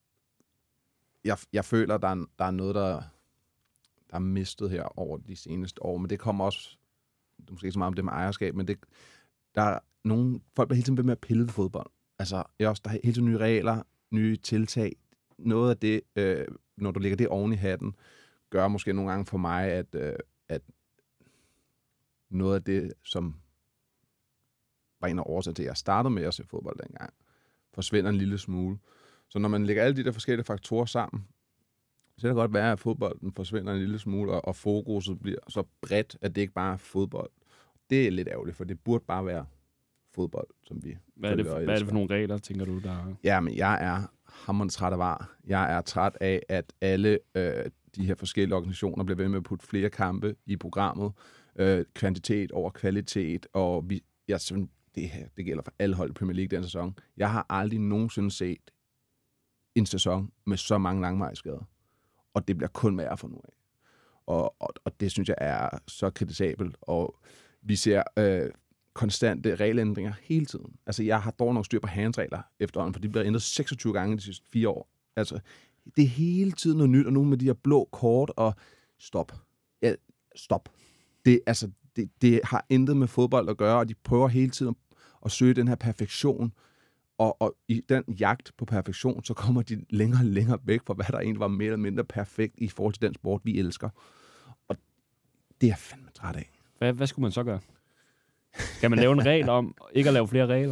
jeg føler, der er noget, der er mistet her over de seneste år, men det kommer også, det er måske ikke så meget om det med ejerskab, men der er nogle, folk bliver hele tiden ved med at pille ved fodbold. Altså, der er hele tiden nye regler, nye tiltag. Noget af det, når du lægger det oven i hatten, gør måske nogle gange for mig, at noget af det, som var en af årsager til, at jeg startede med at se fodbold dengang, forsvinder en lille smule. Så når man lægger alle de der forskellige faktorer sammen, så kan det godt være, at fodbolden forsvinder en lille smule, og fokuset bliver så bredt, at det ikke bare er fodbold. Det er lidt ærgerligt, for det burde bare være fodbold, som vi... Hvad er det for nogle regler, tænker du, der... Ja, men jeg er hammerende træt af VAR. Jeg er træt af, at alle de her forskellige organisationer bliver ved med at putte flere kampe i programmet. Kvantitet over kvalitet, og jeg synes, det gælder for alle hold i Premier League den sæson. Jeg har aldrig nogensinde set en sæson med så mange langvejsskader. Og det bliver kun værre fra nu af. Og det synes jeg er så kritisabelt. Og vi ser konstante regelændringer hele tiden. Altså, jeg har dog nok styr på handsregler efterhånden, for de bliver ændret 26 gange de sidste 4 år. Altså, det er hele tiden noget nyt, og nu med de her blå kort, og stop. Ja, stop. Det har intet med fodbold at gøre, og de prøver hele tiden at søge den her perfektion. Og i den jagt på perfektion, så kommer de længere og længere væk fra, hvad der egentlig var mere eller mindre perfekt i forhold til den sport, vi elsker. Og det er jeg fandme træt af. Hvad skulle man så gøre? Kan man lave en regel om ikke at lave flere regler?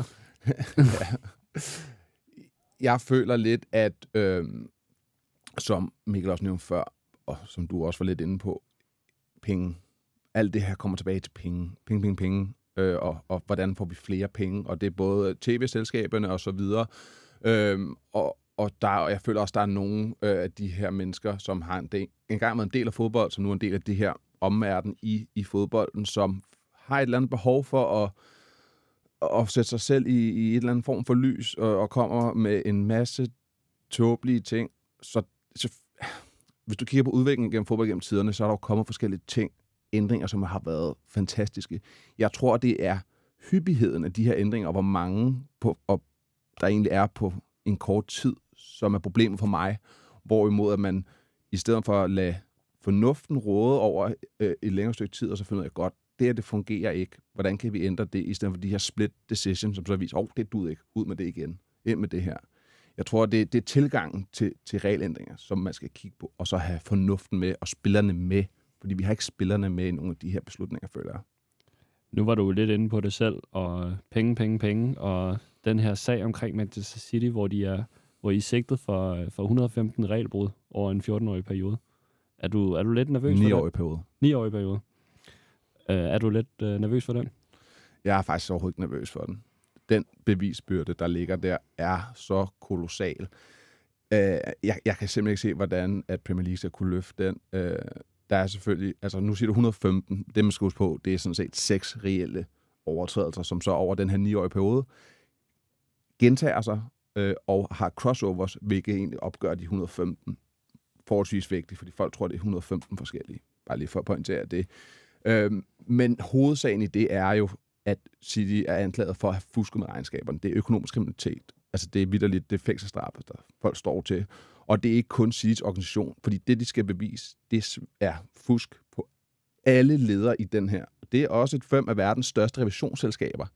Jeg føler lidt, at som Mikkel også nævnte før, og som du også var lidt inde på, penge. Alt det her kommer tilbage til penge. Penge. Og hvordan får vi flere penge, og det er både tv-selskaberne og så videre. Og jeg føler også, der er nogle af de her mennesker, som har engang været en del af fodbold, som nu er en del af det her omverden i fodbolden, som har et eller andet behov for at sætte sig selv i et eller andet form for lys, og kommer med en masse tåbelige ting. Så hvis du kigger på udviklingen gennem fodbold gennem tiderne, så er der jo kommet forskellige ting, ændringer, som har været fantastiske. Jeg tror, det er hyppigheden af de her ændringer, og hvor mange der egentlig er på en kort tid, som er problemet for mig. Hvorimod at man, i stedet for at lade fornuften råde over et længere stykke tid, og så finder jeg godt, det fungerer ikke. Hvordan kan vi ændre det, i stedet for de her split decisions, som så viser, det duede ikke, ud med det igen, ind med det her. Jeg tror, det er tilgangen til regelændringer, som man skal kigge på, og så have fornuften med, og spillerne med. Fordi vi har ikke spillerne med i nogle af de her beslutninger, føler jeg. Nu var du lidt inde på det selv, og penge, og den her sag omkring Manchester City, hvor I er sigtet for 115 regelbrud over en 14-årig periode. Er du lidt nervøs for det? 9-årig periode. 9-årig periode. Er du lidt nervøs for den? Jeg er faktisk overhovedet ikke nervøs for den. Den bevisbyrde, der ligger der, er så kolossal. Jeg kan simpelthen ikke se, hvordan at Premier League skal kunne løfte den. Der er selvfølgelig, altså nu siger du 115, det man skal huske på, det er sådan set 6 reelle overtrædelser, som så over den her 9-årige periode gentager sig og har crossovers, hvilket egentlig opgør de 115 forholdsvis vigtigt, fordi folk tror, det er 115 forskellige. Bare lige for at pointere det. Men hovedsagen i det er jo, at City er anklaget for at have fusket med regnskaberne. Det er økonomisk kriminalitet. Altså det er vitterligt, det er fængselsstraffe, der folk står til. Og det er ikke kun Citys organisation, fordi det, de skal bevise, det er fusk på alle ledere i den her. Det er også 5 af verdens største revisionsselskaber.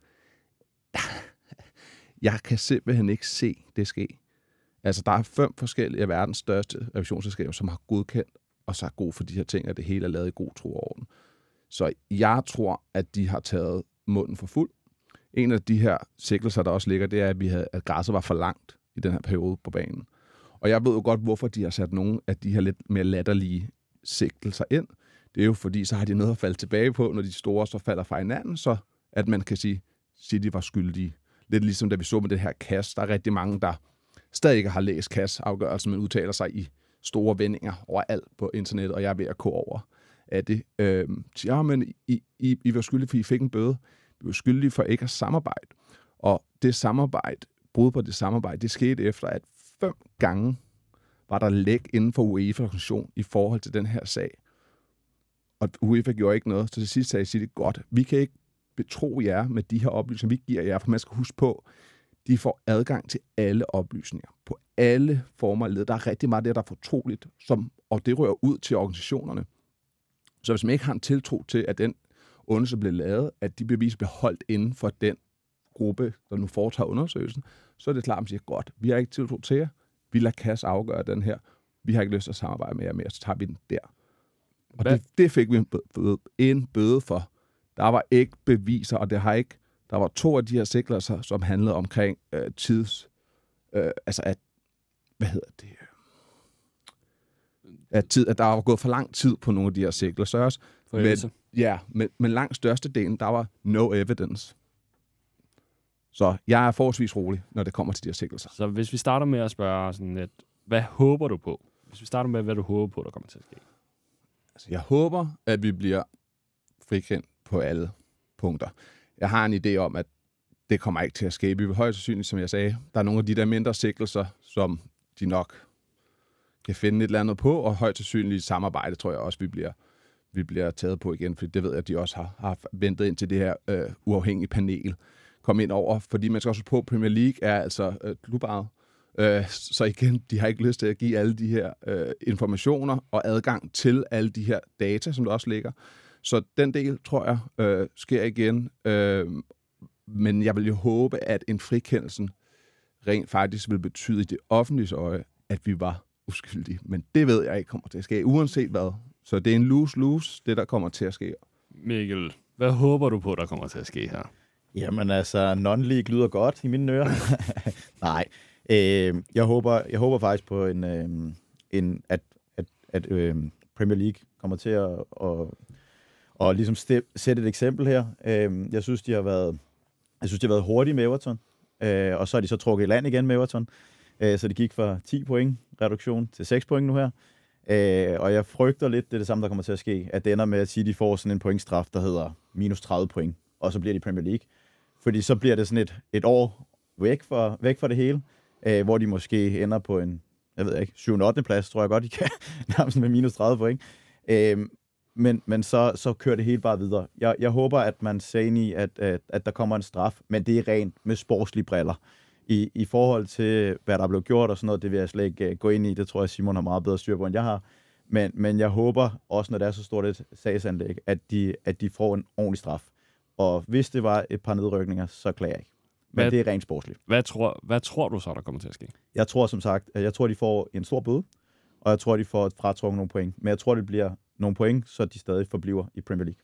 Jeg kan simpelthen ikke se det ske. Altså, der er 5 forskellige af verdens største revisionsselskaber, som har godkendt og sagt god for de her ting, at det hele er lavet i god tro og orden. Så jeg tror, at de har taget munden for fuld. En af de her sigtelser, der også ligger, det er, at græsset var for langt i den her periode på banen. Og jeg ved jo godt, hvorfor de har sat nogle af de her lidt mere latterlige sigtelser ind. Det er jo fordi, så har de noget at falde tilbage på, når de store så falder fra hinanden, så at man kan sige, City var skyldige. Lidt ligesom da vi så med det her CAS. Der er rigtig mange, der stadig ikke har læst CAS-afgørelsen, men udtaler sig i store vendinger overalt på internettet, og jeg er ved at gå over af det. Men I var skyldige, fordi I fik en bøde. Vi var skyldige for ikke at samarbejde. Og det samarbejde, brud på det samarbejde, det skete efter, at 5 gange var der læk inden for UEFA-organisation i forhold til den her sag. Og UEFA gjorde ikke noget, så til sidst sagde City, godt, vi kan ikke betro jer med de her oplysninger, vi giver jer, for man skal huske på, de får adgang til alle oplysninger, på alle former af led. Der er rigtig meget af det, der er fortroligt, og det rører ud til organisationerne. Så hvis man ikke har en tiltro til, at den undersøgelse blev lavet, at de bevis bliver holdt inden for den gruppe, der nu foretager undersøgelsen, så er det klart, at man siger, godt, vi har ikke tiltro til jer, vi lader CAS afgøre den her, vi har ikke lyst til at samarbejde med jer mere, så tager vi den der. Og det fik vi en bøde for. Der var ikke beviser, og der var 2 af de her sigtelser, som handlede omkring at der var gået for lang tid på nogle af de her sigtelser også. Men langt størstedelen, der var no evidence. Så jeg er forholdsvis rolig, når det kommer til de her sigtelser. Så hvis vi starter med at spørge sådan lidt, hvad håber du på? Hvis vi starter med, hvad du håber på, der kommer til at ske. Altså, jeg håber, at vi bliver frikendt på alle punkter. Jeg har en idé om, at det kommer ikke til at ske. Vi vil højst sandsynligt, som jeg sagde, der er nogle af de der mindre sigtelser, som de nok kan finde et eller andet på, og højst sandsynligt samarbejde, tror jeg også, vi bliver taget på igen, for det ved jeg, at de også har ventet ind til det her uafhængige panel kom ind over, fordi man skal også på, Premier League er altså klubejet. Så igen, de har ikke lyst til at give alle de her informationer og adgang til alle de her data, som der også ligger. Så den del, tror jeg, sker igen. Men jeg vil jo håbe, at en frikendelsen rent faktisk vil betyde i det offentlige øje, at vi var uskyldige. Men det ved jeg ikke kommer til at ske, uanset hvad. Så det er en lose-lose, det der kommer til at ske. Mikkel, hvad håber du på, der kommer til at ske her? Jamen altså, non-league lyder godt i mine ører. Nej, jeg håber faktisk på at Premier League kommer til at ligesom sætte et eksempel her. Jeg synes, de har været hurtige med Everton, og så er de så trukket i land igen med Everton. Så det gik fra 10 point reduktion til 6 point nu her. Og jeg frygter lidt, det er det samme, der kommer til at ske, at det ender med at sige, at de får sådan en pointstraf, der hedder minus 30 point, og så bliver de i Premier League. Fordi så bliver det sådan et år væk fra det hele, hvor de måske ender på en, jeg ved ikke, 7. og 8. plads, tror jeg godt, de kan, nærmest med minus 30 point. Men så kører det hele bare videre. Jeg håber, at man ser ind i, at der kommer en straf, men det er rent med sportslige briller. I forhold til, hvad der er blevet gjort og sådan noget, det vil jeg slet ikke gå ind i. Det tror jeg, Simon har meget bedre styr på, end jeg har. Men jeg håber også, når det er så stort et sagsanlæg, at de får en ordentlig straf. Og hvis det var et par nedrykninger, så klager jeg ikke. Men det er rent sportsligt. Hvad tror du så, der kommer til at ske? Jeg tror som sagt, at de får en stor bøde, og jeg tror, de får fratrukket nogle point. Men jeg tror, det bliver nogle point, så de stadig forbliver i Premier League.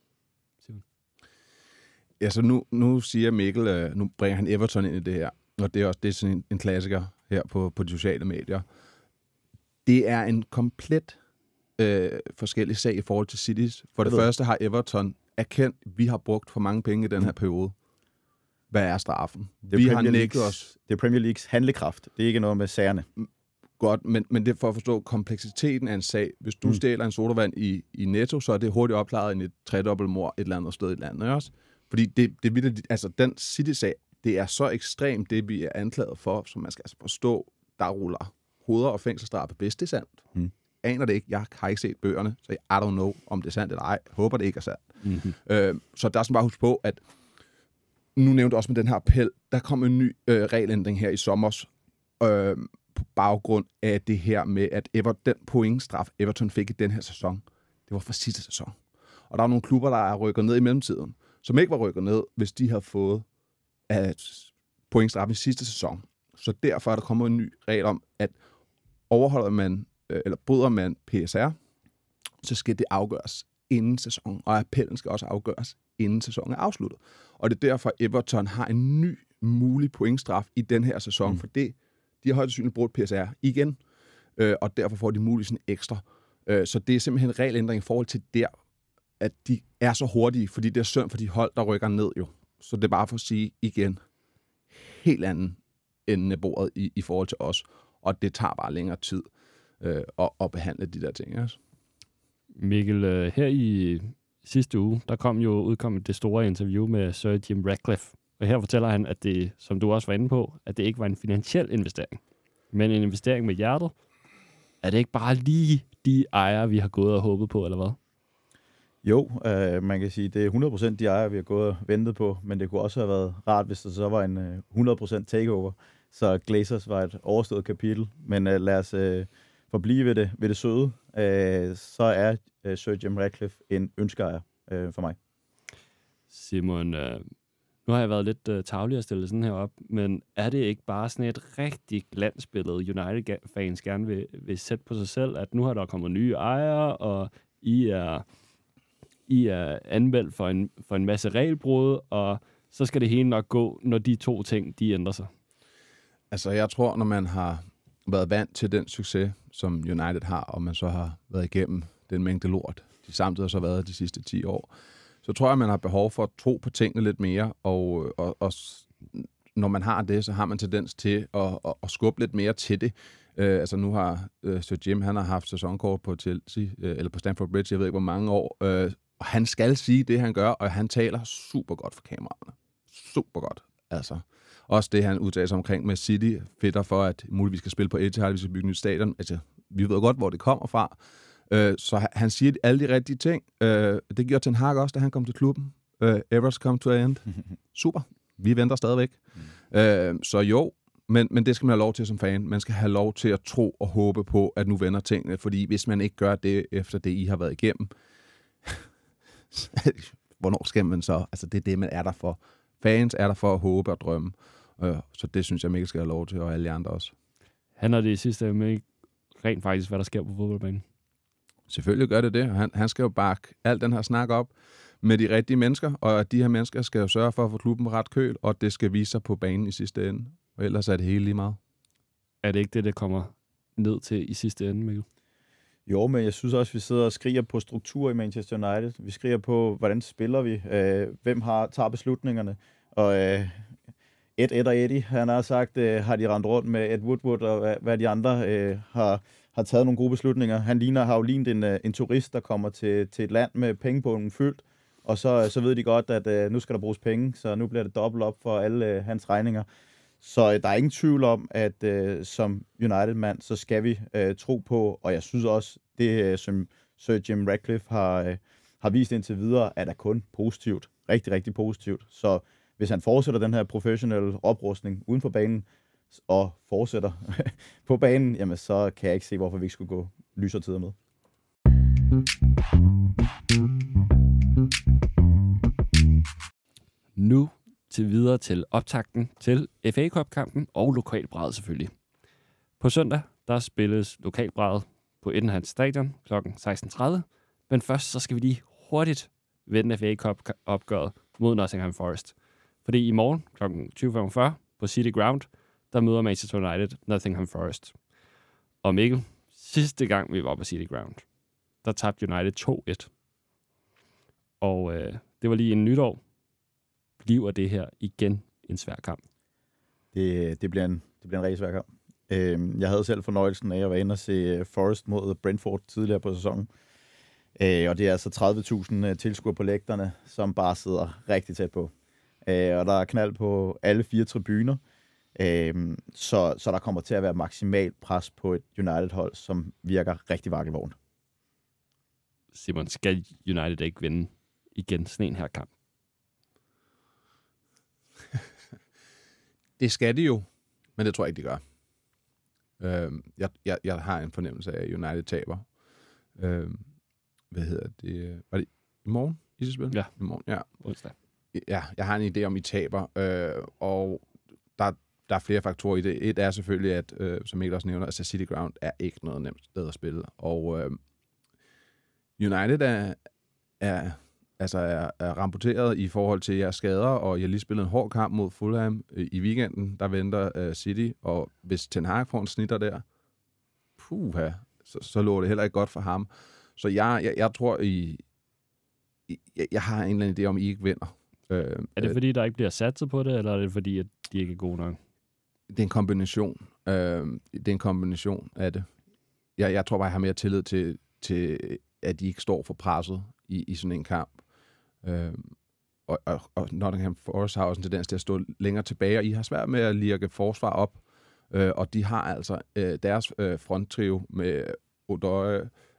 Ja, så nu siger Mikkel, nu bringer han Everton ind i det her, og det er sådan en klassiker her på de sociale medier. Det er en komplet forskellig sag i forhold til Cities. For det første har Everton erkendt, at vi har brugt for mange penge i den her periode. Hvad er straffen? Vi har nægtet os. Det er Premier Leagues handlekraft. Det er ikke noget med sagerne. Godt, men det er for at forstå kompleksiteten af en sag. Hvis du stjæler en sodavand i Netto, så er det hurtigt opklaret i et tredobbeltmord et eller andet sted i landet også. Fordi den City-sag, det er så ekstremt, det vi er anklaget for, som man skal altså forstå, der ruller hoveder og fængselsstraf på bedst, det er sandt. Aner det ikke. Jeg har ikke set bøgerne, så I don't know, om det er sandt eller ej. Håber det ikke er sandt. Så der skal bare huske på, at nu nævnte også med den her appel, der kom en ny regelændring her i sommer, på baggrund af det her med, at den pointstraf, Everton fik i den her sæson, det var fra sidste sæson. Og der er nogle klubber, der er rykket ned i mellemtiden, som ikke var rykket ned, hvis de havde fået pointstraf i sidste sæson. Så derfor er der kommet en ny regel om, at overholder man, eller bryder man PSR, så skal det afgøres inden sæsonen, og appellen skal også afgøres inden sæsonen er afsluttet. Og det er derfor, Everton har en ny mulig pointstraf i den her sæson, for det De har højst sandsynligt brugt PSR igen, og derfor får de muligvis en ekstra. Så det er simpelthen en regelændring i forhold til der, at de er så hurtige, fordi det er synd for de hold, der rykker ned jo. Så det er bare for at sige igen, helt anden enden af bordet i forhold til os, og det tager bare længere tid at behandle de der ting. Altså. Mikkel, her i sidste uge, der udkom det store interview med Sir Jim Ratcliffe, og her fortæller han, at det, som du også var inde på, at det ikke var en finansiel investering, men en investering med hjertet. Er det ikke bare lige de ejere, vi har gået og håbet på, eller hvad? Jo, man kan sige, det er 100% de ejere, vi har gået og ventet på, men det kunne også have været rart, hvis der så var en 100% takeover, så Glazers var et overstået kapitel. Men lad os forblive ved det søde, så er Sir Jim Ratcliffe en ønskeejer for mig. Simon, nu har jeg været lidt tarvelig at stille sådan her op, men er det ikke bare sådan et rigtig glansbillede, United-fans gerne vil sætte på sig selv, at nu har der kommet nye ejere, og I er anmeldt for en masse regelbrud, og så skal det hele nok gå, når de to ting, de ændrer sig? Altså, jeg tror, når man har været vant til den succes, som United har, og man så har været igennem den mængde lort, de samtidig har så været de sidste 10 år, så tror jeg, man har behov for at tro på tingene lidt mere, og når man har det, så har man tendens til at skubbe lidt mere til det. Altså nu har Sir Jim, han har haft sæsonkort på Chelsea, eller på Stamford Bridge, jeg ved ikke hvor mange år, og han skal sige det, han gør, og han taler super godt for kameraerne. Super godt, altså. Også det, han udtaler sig omkring med City, fedter for, at muligvis skal spille på Etihad, vi skal bygge et nyt stadion. Altså, vi ved godt, hvor det kommer fra. Så han siger alle de rigtige ting. Det gjorde Ten Hag også, da han kom til klubben. Ever's come to an end. Super. Vi venter stadigvæk. Så jo, men det skal man have lov til som fan. Man skal have lov til at tro og håbe på, at nu vender tingene. Fordi hvis man ikke gør det, efter det, I har været igennem, hvornår skal man så? Altså, det er det, man er der for. Fans er der for at håbe og drømme. Så det synes jeg, Mikkel skal have lov til, og alle andre også. Handler det i sidste med rent faktisk, hvad der sker på fodboldbanen? Selvfølgelig gør det det. Han skal jo bakke al den her snak op med de rigtige mennesker, og de her mennesker skal jo sørge for at få klubben på ret køl, og det skal vise sig på banen i sidste ende. Og ellers er det hele lige meget. Er det ikke det kommer ned til i sidste ende, Mikkel? Jo, men jeg synes også, at vi sidder og skriger på struktur i Manchester United. Vi skriger på, hvordan spiller vi? Hvem tager beslutningerne? Og Ed og Eddie, han har sagt, har de rendt rundt med Ed Woodward, og hvad de andre har taget nogle gode beslutninger. Han har jo lignet en turist, der kommer til et land med pengepungen fyldt, og så ved de godt, at nu skal der bruges penge, så nu bliver det dobbelt op for alle hans regninger. Så der er ingen tvivl om, at som United-mand, så skal vi tro på, og jeg synes også, det som Sir Jim Ratcliffe har vist indtil videre, er der kun positivt. Rigtig, rigtig positivt. Så hvis han fortsætter den her professionelle oprustning uden for banen, og fortsætter på banen, jamen så kan jeg ikke se, hvorfor vi ikke skulle gå lysere tider med. Nu videre til optakten til FA Cup-kampen og lokalbrædet selvfølgelig. På søndag, der spilles lokalbrædet på Etihad Stadion kl. 16.30, men først så skal vi lige hurtigt vende FA Cup-opgøret mod Nottingham Forest. Fordi i morgen kl. 20.45 på City Ground, der møder Manchester United Nottingham Forest. Og Mikkel, sidste gang vi var på City Ground, der tabte United 2-1. Og det var lige en nytår. Bliver det her igen en svær kamp? Det bliver en rigtig svær kamp. Jeg havde selv fornøjelsen af at være inde og se Forest mod Brentford tidligere på sæsonen. Og det er altså 30.000 tilskuere på lægterne, som bare sidder rigtig tæt på. Og der er knald på alle 4 tribuner. Så der kommer til at være maksimalt pres på et United-hold, som virker rigtig vakkelvognt. Simon, skal United ikke vinde igen sådan en her kamp? Det skal de jo, men det tror jeg ikke, de gør. Jeg har en fornemmelse af, at United taber. Hvad hedder det? Var det i morgen, I skal spille? Ja. I morgen, ja. Onsdag. Ja, jeg har en idé om, I taber, og der er flere faktorer i det. Et er selvfølgelig, at som Mikkel også nævner, altså City Ground er ikke noget nemt sted at spille, og United er er ramputeret i forhold til jeres skader, og jeg har lige spillet en hård kamp mod Fulham i weekenden. Der venter City, og hvis Ten Hag får en snitter der, så lå det heller ikke godt for ham. Så jeg tror, jeg har en eller anden idé om, I ikke vinder. Er det fordi, der ikke bliver satset på det, eller er det fordi, at de ikke er gode nok? Det er en kombination. Det er en kombination af det. Jeg tror bare, jeg har mere tillid til at de ikke står for presset i sådan en kamp. Og Nottingham Forest har også en tendens til at stå længere tilbage, og I har svært med at lirke forsvar op. Og de har altså deres fronttrio med Odoi,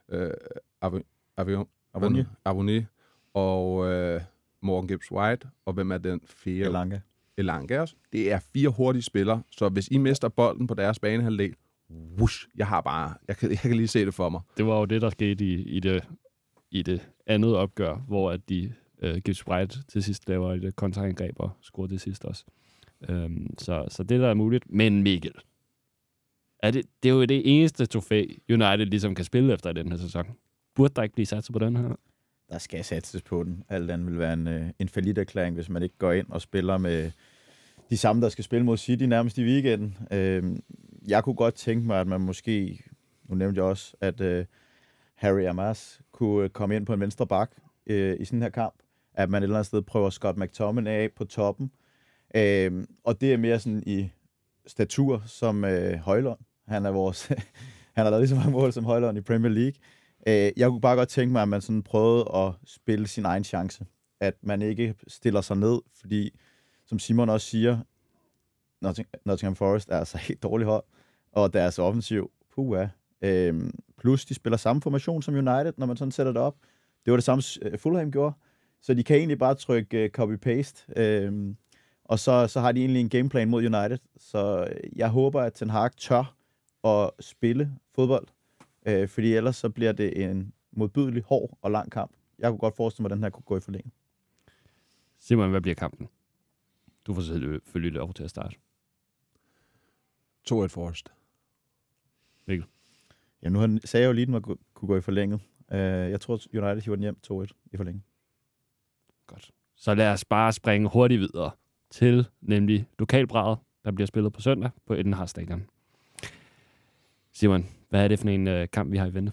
Avoni og Morgan Gibbs-White, og hvem er den fjerde? Elanga også. Det er 4 hurtige spillere, så hvis I mister bolden på deres banehalvdel, jeg kan lige se det for mig. Det var jo det, der skete i det andet opgør, hvor at de Gibbs-White til sidst laver et kontraangreb og scorer det sidst også. Så det der er muligt. Men Mikkel, det er jo det eneste trofæ, United ligesom kan spille efter i den her sæson. Burde der ikke blive satset på den her? Der skal satses på den. Alt andet vil være en falliterklæring, hvis man ikke går ind og spiller med de samme, der skal spille mod City nærmest i weekenden. Jeg kunne godt tænke mig, at man måske, nu nævnte jeg også, at Harry Amas kunne komme ind på en venstre bak i sådan her kamp. At man et eller andet sted prøver Scott McTominay af på toppen. Og det er mere sådan i statur som Højlund. Han har lavet lige så mange mål som Højlund i Premier League. Jeg kunne bare godt tænke mig, at man sådan prøvede at spille sin egen chance. At man ikke stiller sig ned, fordi, som Simon også siger, Nottingham Forest er altså helt dårligt hold, og deres offensiv, plus de spiller samme formation som United, når man sådan sætter det op. Det var det samme Fulham gjorde, så de kan egentlig bare trykke copy-paste, og så har de egentlig en gameplan mod United. Så jeg håber, at Ten Hag tør at spille fodbold, fordi ellers så bliver det en modbydelig, hård og lang kamp. Jeg kunne godt forestille mig, at den her kunne gå i forlænge. Simon, hvad bliver kampen? Du får selvfølgelig lov til at starte. 2-1 Forest. Mikkel? Ja, nu sagde jeg jo lige, at den kunne gå i forlænget. Jeg tror, United hiver den hjem 2-1 i forlænget. Godt. Så lad os bare springe hurtigt videre til nemlig lokalbraget, der bliver spillet på søndag på Etihad Stadion. Simon, hvad er det for en kamp, vi har i vente?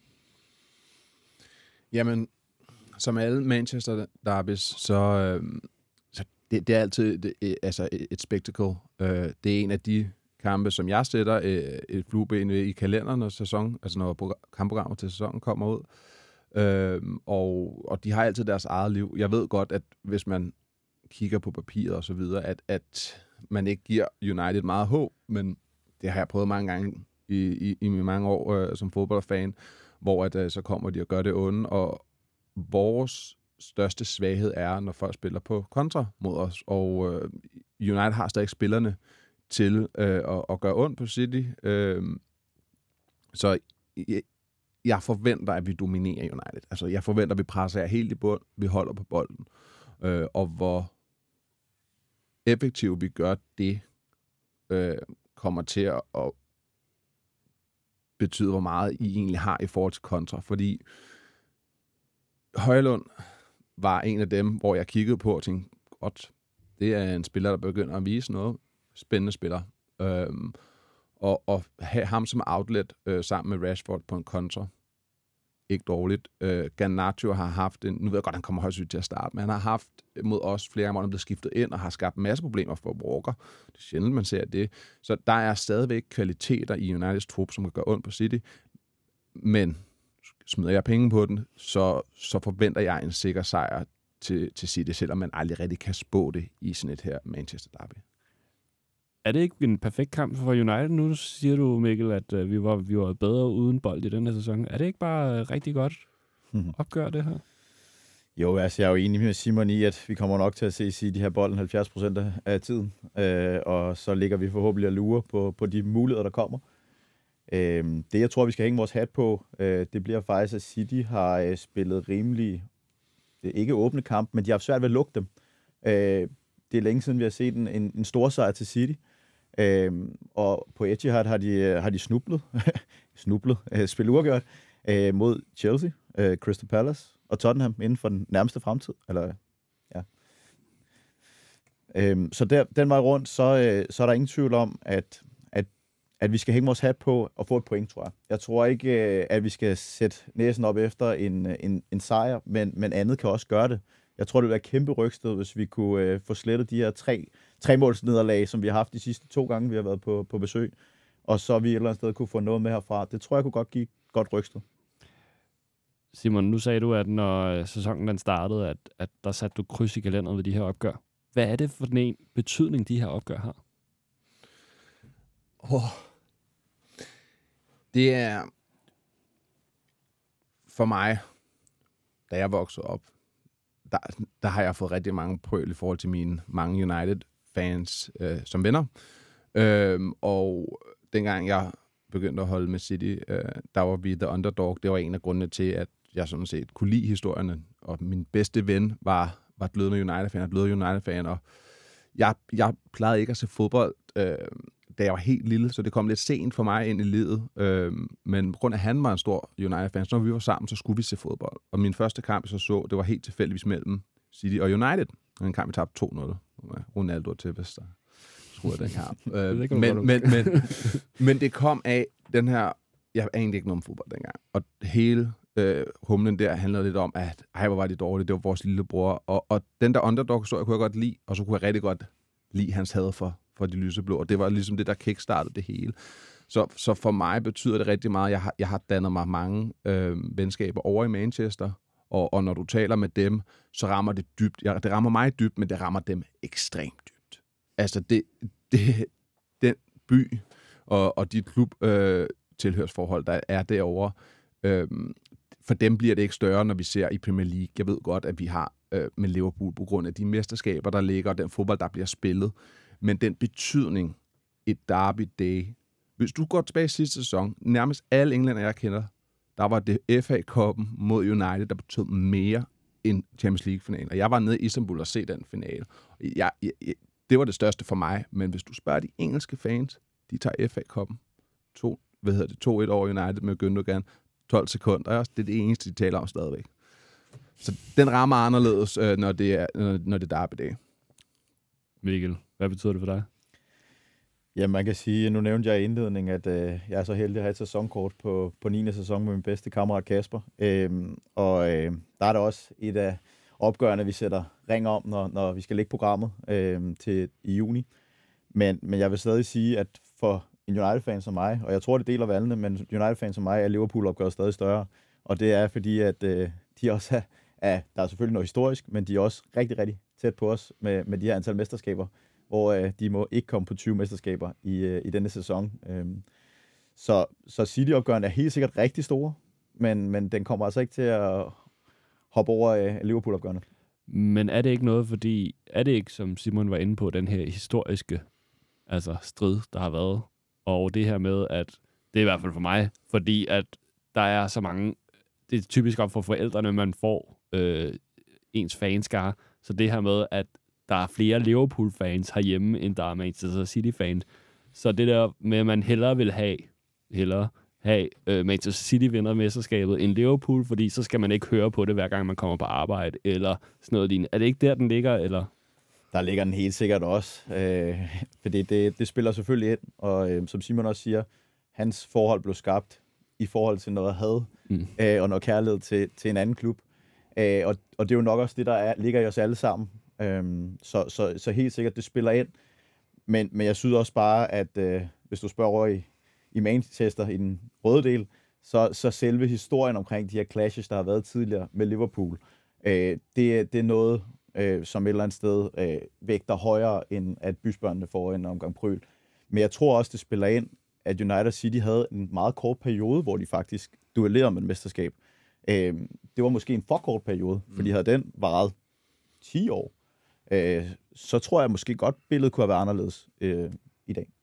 Jamen, som alle Manchester derbys, så det er altid et spectacle. Det er en af de kampe, som jeg sætter et flueben i kalenderen, når kampprogrammet til sæsonen kommer ud. Og de har altid deres eget liv. Jeg ved godt, at hvis man kigger på papiret og så videre, at man ikke giver United meget håb, men det har jeg prøvet mange gange i mine mange år som fodboldfan, hvor at, så kommer de og gør det onde, og vores største svaghed er, når folk spiller på kontra mod os, og United har stadig spillerne til at gøre ondt på City. Så jeg forventer, at vi dominerer United. Altså, jeg forventer, at vi presser jer helt i bund, vi holder på bolden. Og hvor effektivt vi gør det, kommer til at betyde, hvor meget I egentlig har i forhold til kontra. Fordi Højlund var en af dem, hvor jeg kiggede på og tænkte, godt, det er en spiller, der begynder at vise noget. Spændende spiller. Og have ham som outlet sammen med Rashford på en kontra. Ikke dårligt. Garnacho har haft nu ved jeg godt, han kommer højst ud til at starte, men han har haft mod os flere gange, hvor han er blevet skiftet ind og har skabt en masse problemer for Walker. Det er sjældent, man ser det. Så der er stadigvæk kvaliteter i Uniteds trup, som kan gøre ondt på City. Men smider jeg penge på den, så forventer jeg en sikker sejr til City, selvom man aldrig rigtig kan spå det i sådan et her Manchester derby. Er det ikke en perfekt kamp for United? Nu siger du, Mikkel, at vi var bedre uden bold i den her sæson. Er det ikke bare rigtig godt opgør det her? Jo, altså jeg er jo enig med Simon i, at vi kommer nok til at se de her bolden 70% af tiden. Og så ligger vi forhåbentlig og lurer på de muligheder, der kommer. Det, jeg tror, vi skal hænge vores hat på, det bliver faktisk, at City har spillet rimelig, det er ikke åbne kamp, men de har haft svært ved at lukke dem. Det er længe siden, vi har set en stor sejr til City. Og på Etihad har de spillet uafgjort mod Chelsea, Crystal Palace, og Tottenham inden for den nærmeste fremtid. Eller, ja. Så den vej rundt, så er der ingen tvivl om, at vi skal hænge vores hat på og få et point, tror jeg. Jeg tror ikke, at vi skal sætte næsen op efter en sejr, men andet kan også gøre det. Jeg tror, det vil være kæmpe rygstød, hvis vi kunne få slettet de her tre målsnederlag, som vi har haft de sidste 2 gange, vi har været på besøg. Og så vi et eller andet sted kunne få noget med herfra. Det tror jeg kunne godt give godt rygstød. Simon, nu sagde du, at når sæsonen den startede, at der satte du kryds i kalenderen ved de her opgør. Hvad er det for en betydning, de her opgør har? Det er for mig, da jeg voksede op, der har jeg fået rigtig mange prøl i forhold til mine mange United-fans som venner. Og dengang jeg begyndte at holde med City, der var vi the underdog. Det var en af grundene til, at jeg sådan set kunne lide historierne. Og min bedste ven var glødende United-fan, og jeg plejede ikke at se fodbold, da jeg var helt lille, så det kom lidt sent for mig ind i livet. Men på grund af, at han var en stor United-fan, så når vi var sammen, så skulle vi se fodbold. Og min første kamp, så det var helt tilfældigvis mellem City og United. Og en kamp, vi tabte 2-0. Ronaldo til, hvis der skulle den kamp. Men det kom af den her... Jeg anede ikke noget om fodbold dengang. Og hele humlen der handlede lidt om, at hvor var det dårligt, det var vores lillebror. Og den der underdog, så jeg kunne jeg godt lide, og så kunne jeg rigtig godt lide hans had for de lyseblå, og det var ligesom det, der kickstartede det hele. Så for mig betyder det rigtig meget. Jeg har dannet mig mange venskaber over i Manchester, og når du taler med dem, så rammer det dybt. Det rammer mig dybt, men det rammer dem ekstremt dybt. Altså, den by og de klub-tilhørsforhold, der er derovre, for dem bliver det ikke større, når vi ser i Premier League. Jeg ved godt, at vi har med Liverpool på grund af de mesterskaber, der ligger, og den fodbold, der bliver spillet. Men den betydning, et derby day. Hvis du går tilbage i sidste sæson, nærmest alle englænder, jeg kender, der var det FA-cupen mod United, der betød mere end Champions League-finalen. Og jeg var nede i Istanbul og se den finale. Det var det største for mig. Men hvis du spørger de engelske fans, de tager FA-cupen 2-1 over United med Gündogan, 12 sekunder. Det er det eneste, de taler om stadigvæk. Så den rammer anderledes, når det er derby day. Mikkel, hvad betyder det for dig? Ja, man kan sige, nu nævnte jeg i indledningen, at jeg er så heldig at have et sæsonkort på 9. sæson med min bedste kammerat Kasper. Der er der også et af opgørende, vi sætter ring om, når vi skal lægge programmet i juni. Men jeg vil stadig sige, at for en United-fan som mig, og jeg tror, det deler valgene, men United-fan som mig er Liverpool-opgøret stadig større. Og det er fordi, at de også der er selvfølgelig noget historisk, men de er også rigtig, rigtig tæt på os med de her antal mesterskaber, hvor de må ikke komme på 20 mesterskaber i denne sæson. Så City-opgøren er helt sikkert rigtig store, men den kommer altså ikke til at hoppe over Liverpool-opgørene. Men er det ikke noget, fordi er det ikke, som Simon var inde på, den her historiske strid, der har været, og det her med, at det er i hvert fald for mig, fordi at der er så mange, det er typisk op for forældrene, man får ens fanskare, så det her med, at der er flere Liverpool-fans herhjemme, end der er Manchester City-fans. Så det der med, at man hellere vil have Manchester City vinder mesterskabet end Liverpool, fordi så skal man ikke høre på det, hver gang man kommer på arbejde, eller sådan noget lignende. Er det ikke der, den ligger, eller? Der ligger den helt sikkert også, fordi det spiller selvfølgelig ind, og som Simon også siger, hans forhold blev skabt i forhold til noget had og noget kærlighed til en anden klub. Og det er jo nok også det, der ligger i os alle sammen. Så helt sikkert, det spiller ind. Men jeg synes også bare, at hvis du spørger over i Manchester, i den røde del, så selve historien omkring de her clashes, der har været tidligere med Liverpool, det er noget, som et eller andet sted vægter højere, end at bysbørnene får en omgang prøl. Men jeg tror også, det spiller ind, at United City havde en meget kort periode, hvor de faktisk duellerede med et mesterskab. Det var måske en for kort periode, fordi havde den varet 10 år, så tror jeg måske godt, billedet kunne have været anderledes i dag.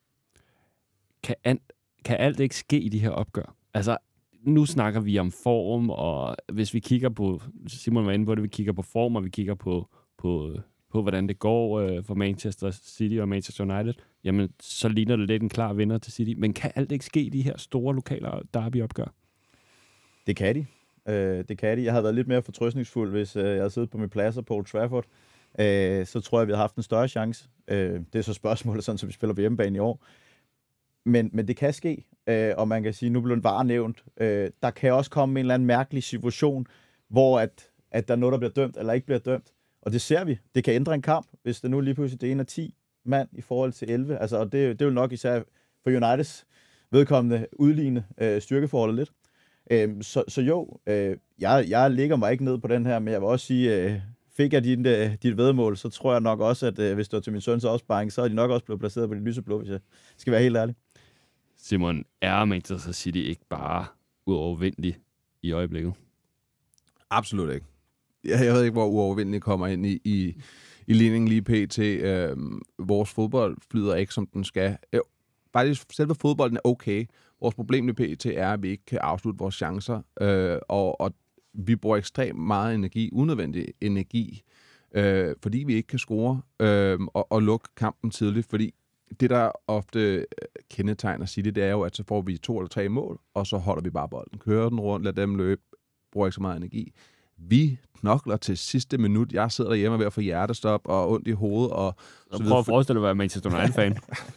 Kan alt ikke ske i de her opgør? Altså, nu snakker vi om form, og hvis vi kigger på, Simon var inde på det, vi kigger på form, og vi kigger på hvordan det går for Manchester City og Manchester United, jamen, så ligner det lidt en klar vinder til City. Men kan alt ikke ske i de her store lokale derbyopgør? Det kan de. Det kan de. Jeg havde været lidt mere fortrøstningsfuld, hvis jeg havde siddet på min pladser på Old Trafford. Så tror jeg, vi havde haft en større chance. Det er så spørgsmålet, sådan som vi spiller på hjemmebane i år. Men det kan ske, og man kan sige, nu blev en VAR nævnt. Der kan også komme en eller anden mærkelig situation, hvor at der er noget, der bliver dømt, eller ikke bliver dømt. Og det ser vi. Det kan ændre en kamp, hvis det nu lige pludselig det er en af 10 mand i forhold til 11. Altså, og det er jo nok især for Uniteds vedkommende udligne styrkeforholdet lidt. Så jo, jeg ligger mig ikke ned på den her, men jeg vil også sige, fik jeg dit væddemål, så tror jeg nok også, at hvis det var til min søns opsparing, så er de nok også blevet placeret på de lyseblå, hvis jeg skal være helt ærlig. Simon, er Manchester City ikke bare uovervindelig i øjeblikket? Absolut ikke. Jeg ved ikke, hvor uovervindelig kommer ind i ligningen lige pt. Vores fodbold flyder ikke, som den skal. Faktisk selve fodbolden er okay. Vores problem med pt. Er, at vi ikke kan afslutte vores chancer, og vi bruger ekstremt meget energi, unødvendig energi, fordi vi ikke kan score og lukke kampen tidligt, fordi det, der ofte kendetegner City, det er jo, at så får vi 2 eller 3 mål, og så holder vi bare bolden. Kører den rundt, lader dem løbe, bruger ikke så meget energi. Vi knokler til sidste minut. Jeg sidder derhjemme ved at få hjertestop og ondt i hovedet. Og så prøv at forestille dig at være Manchester United-fan.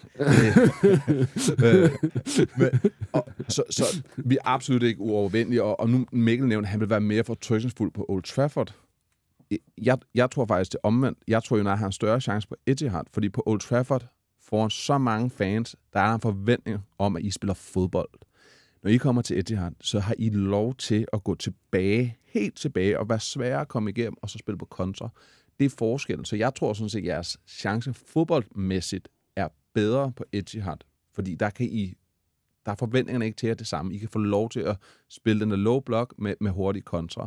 Så vi er absolut ikke uovervindelige, og nu Mikkel nævnte, at han vil være mere fortrøstningsfuld på Old Trafford. Jeg tror faktisk det omvendt. Jeg tror, United har en større chance på Etihad, fordi på Old Trafford foran så mange fans, der er en forventning om, at I spiller fodbold. Når I kommer til Etihad, så har I lov til at gå tilbage, helt tilbage, og være svære at komme igennem, og så spille på kontra. Det er forskellen. Så jeg tror sådan set, at jeres chance fodboldmæssigt er bedre på Etihad, fordi der er forventningerne ikke til jer det samme. I kan få lov til at spille den der low block med hurtig kontra.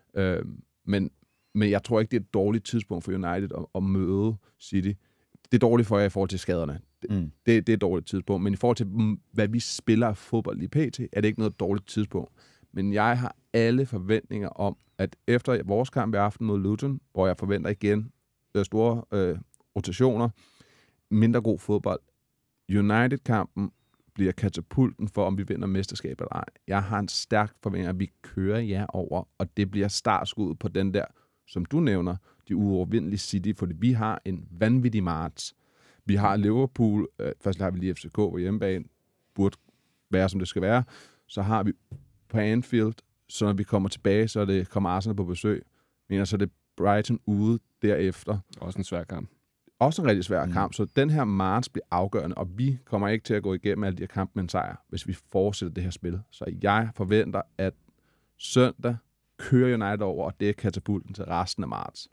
Men jeg tror ikke, det er et dårligt tidspunkt for United at møde City. Det er dårligt for jer i forhold til skaderne. Det er et dårligt tidspunkt. Men i forhold til, hvad vi spiller af fodbold i PT, er det ikke noget dårligt tidspunkt. Men jeg har alle forventninger om, at efter vores kamp i aften mod Luton, hvor jeg forventer igen store rotationer, mindre god fodbold, United-kampen bliver katapulten for, om vi vinder mesterskabet eller ej. Jeg har en stærk forventning, at vi kører jer over, og det bliver startskuddet på den der, som du nævner, de uovervindelige City, fordi vi har en vanvittig marts. Vi har Liverpool, først har vi lige FCK på hjemmebane, burde være, som det skal være. Så har vi på Anfield, så når vi kommer tilbage, så kommer Arsenal på besøg. Men så er det Brighton ude derefter. Også en svær kamp. Også en rigtig svær kamp, så den her marts bliver afgørende, og vi kommer ikke til at gå igennem alle de her kampe med en sejr, hvis vi fortsætter det her spil. Så jeg forventer, at søndag kører United over, og det er katapulten til resten af marts.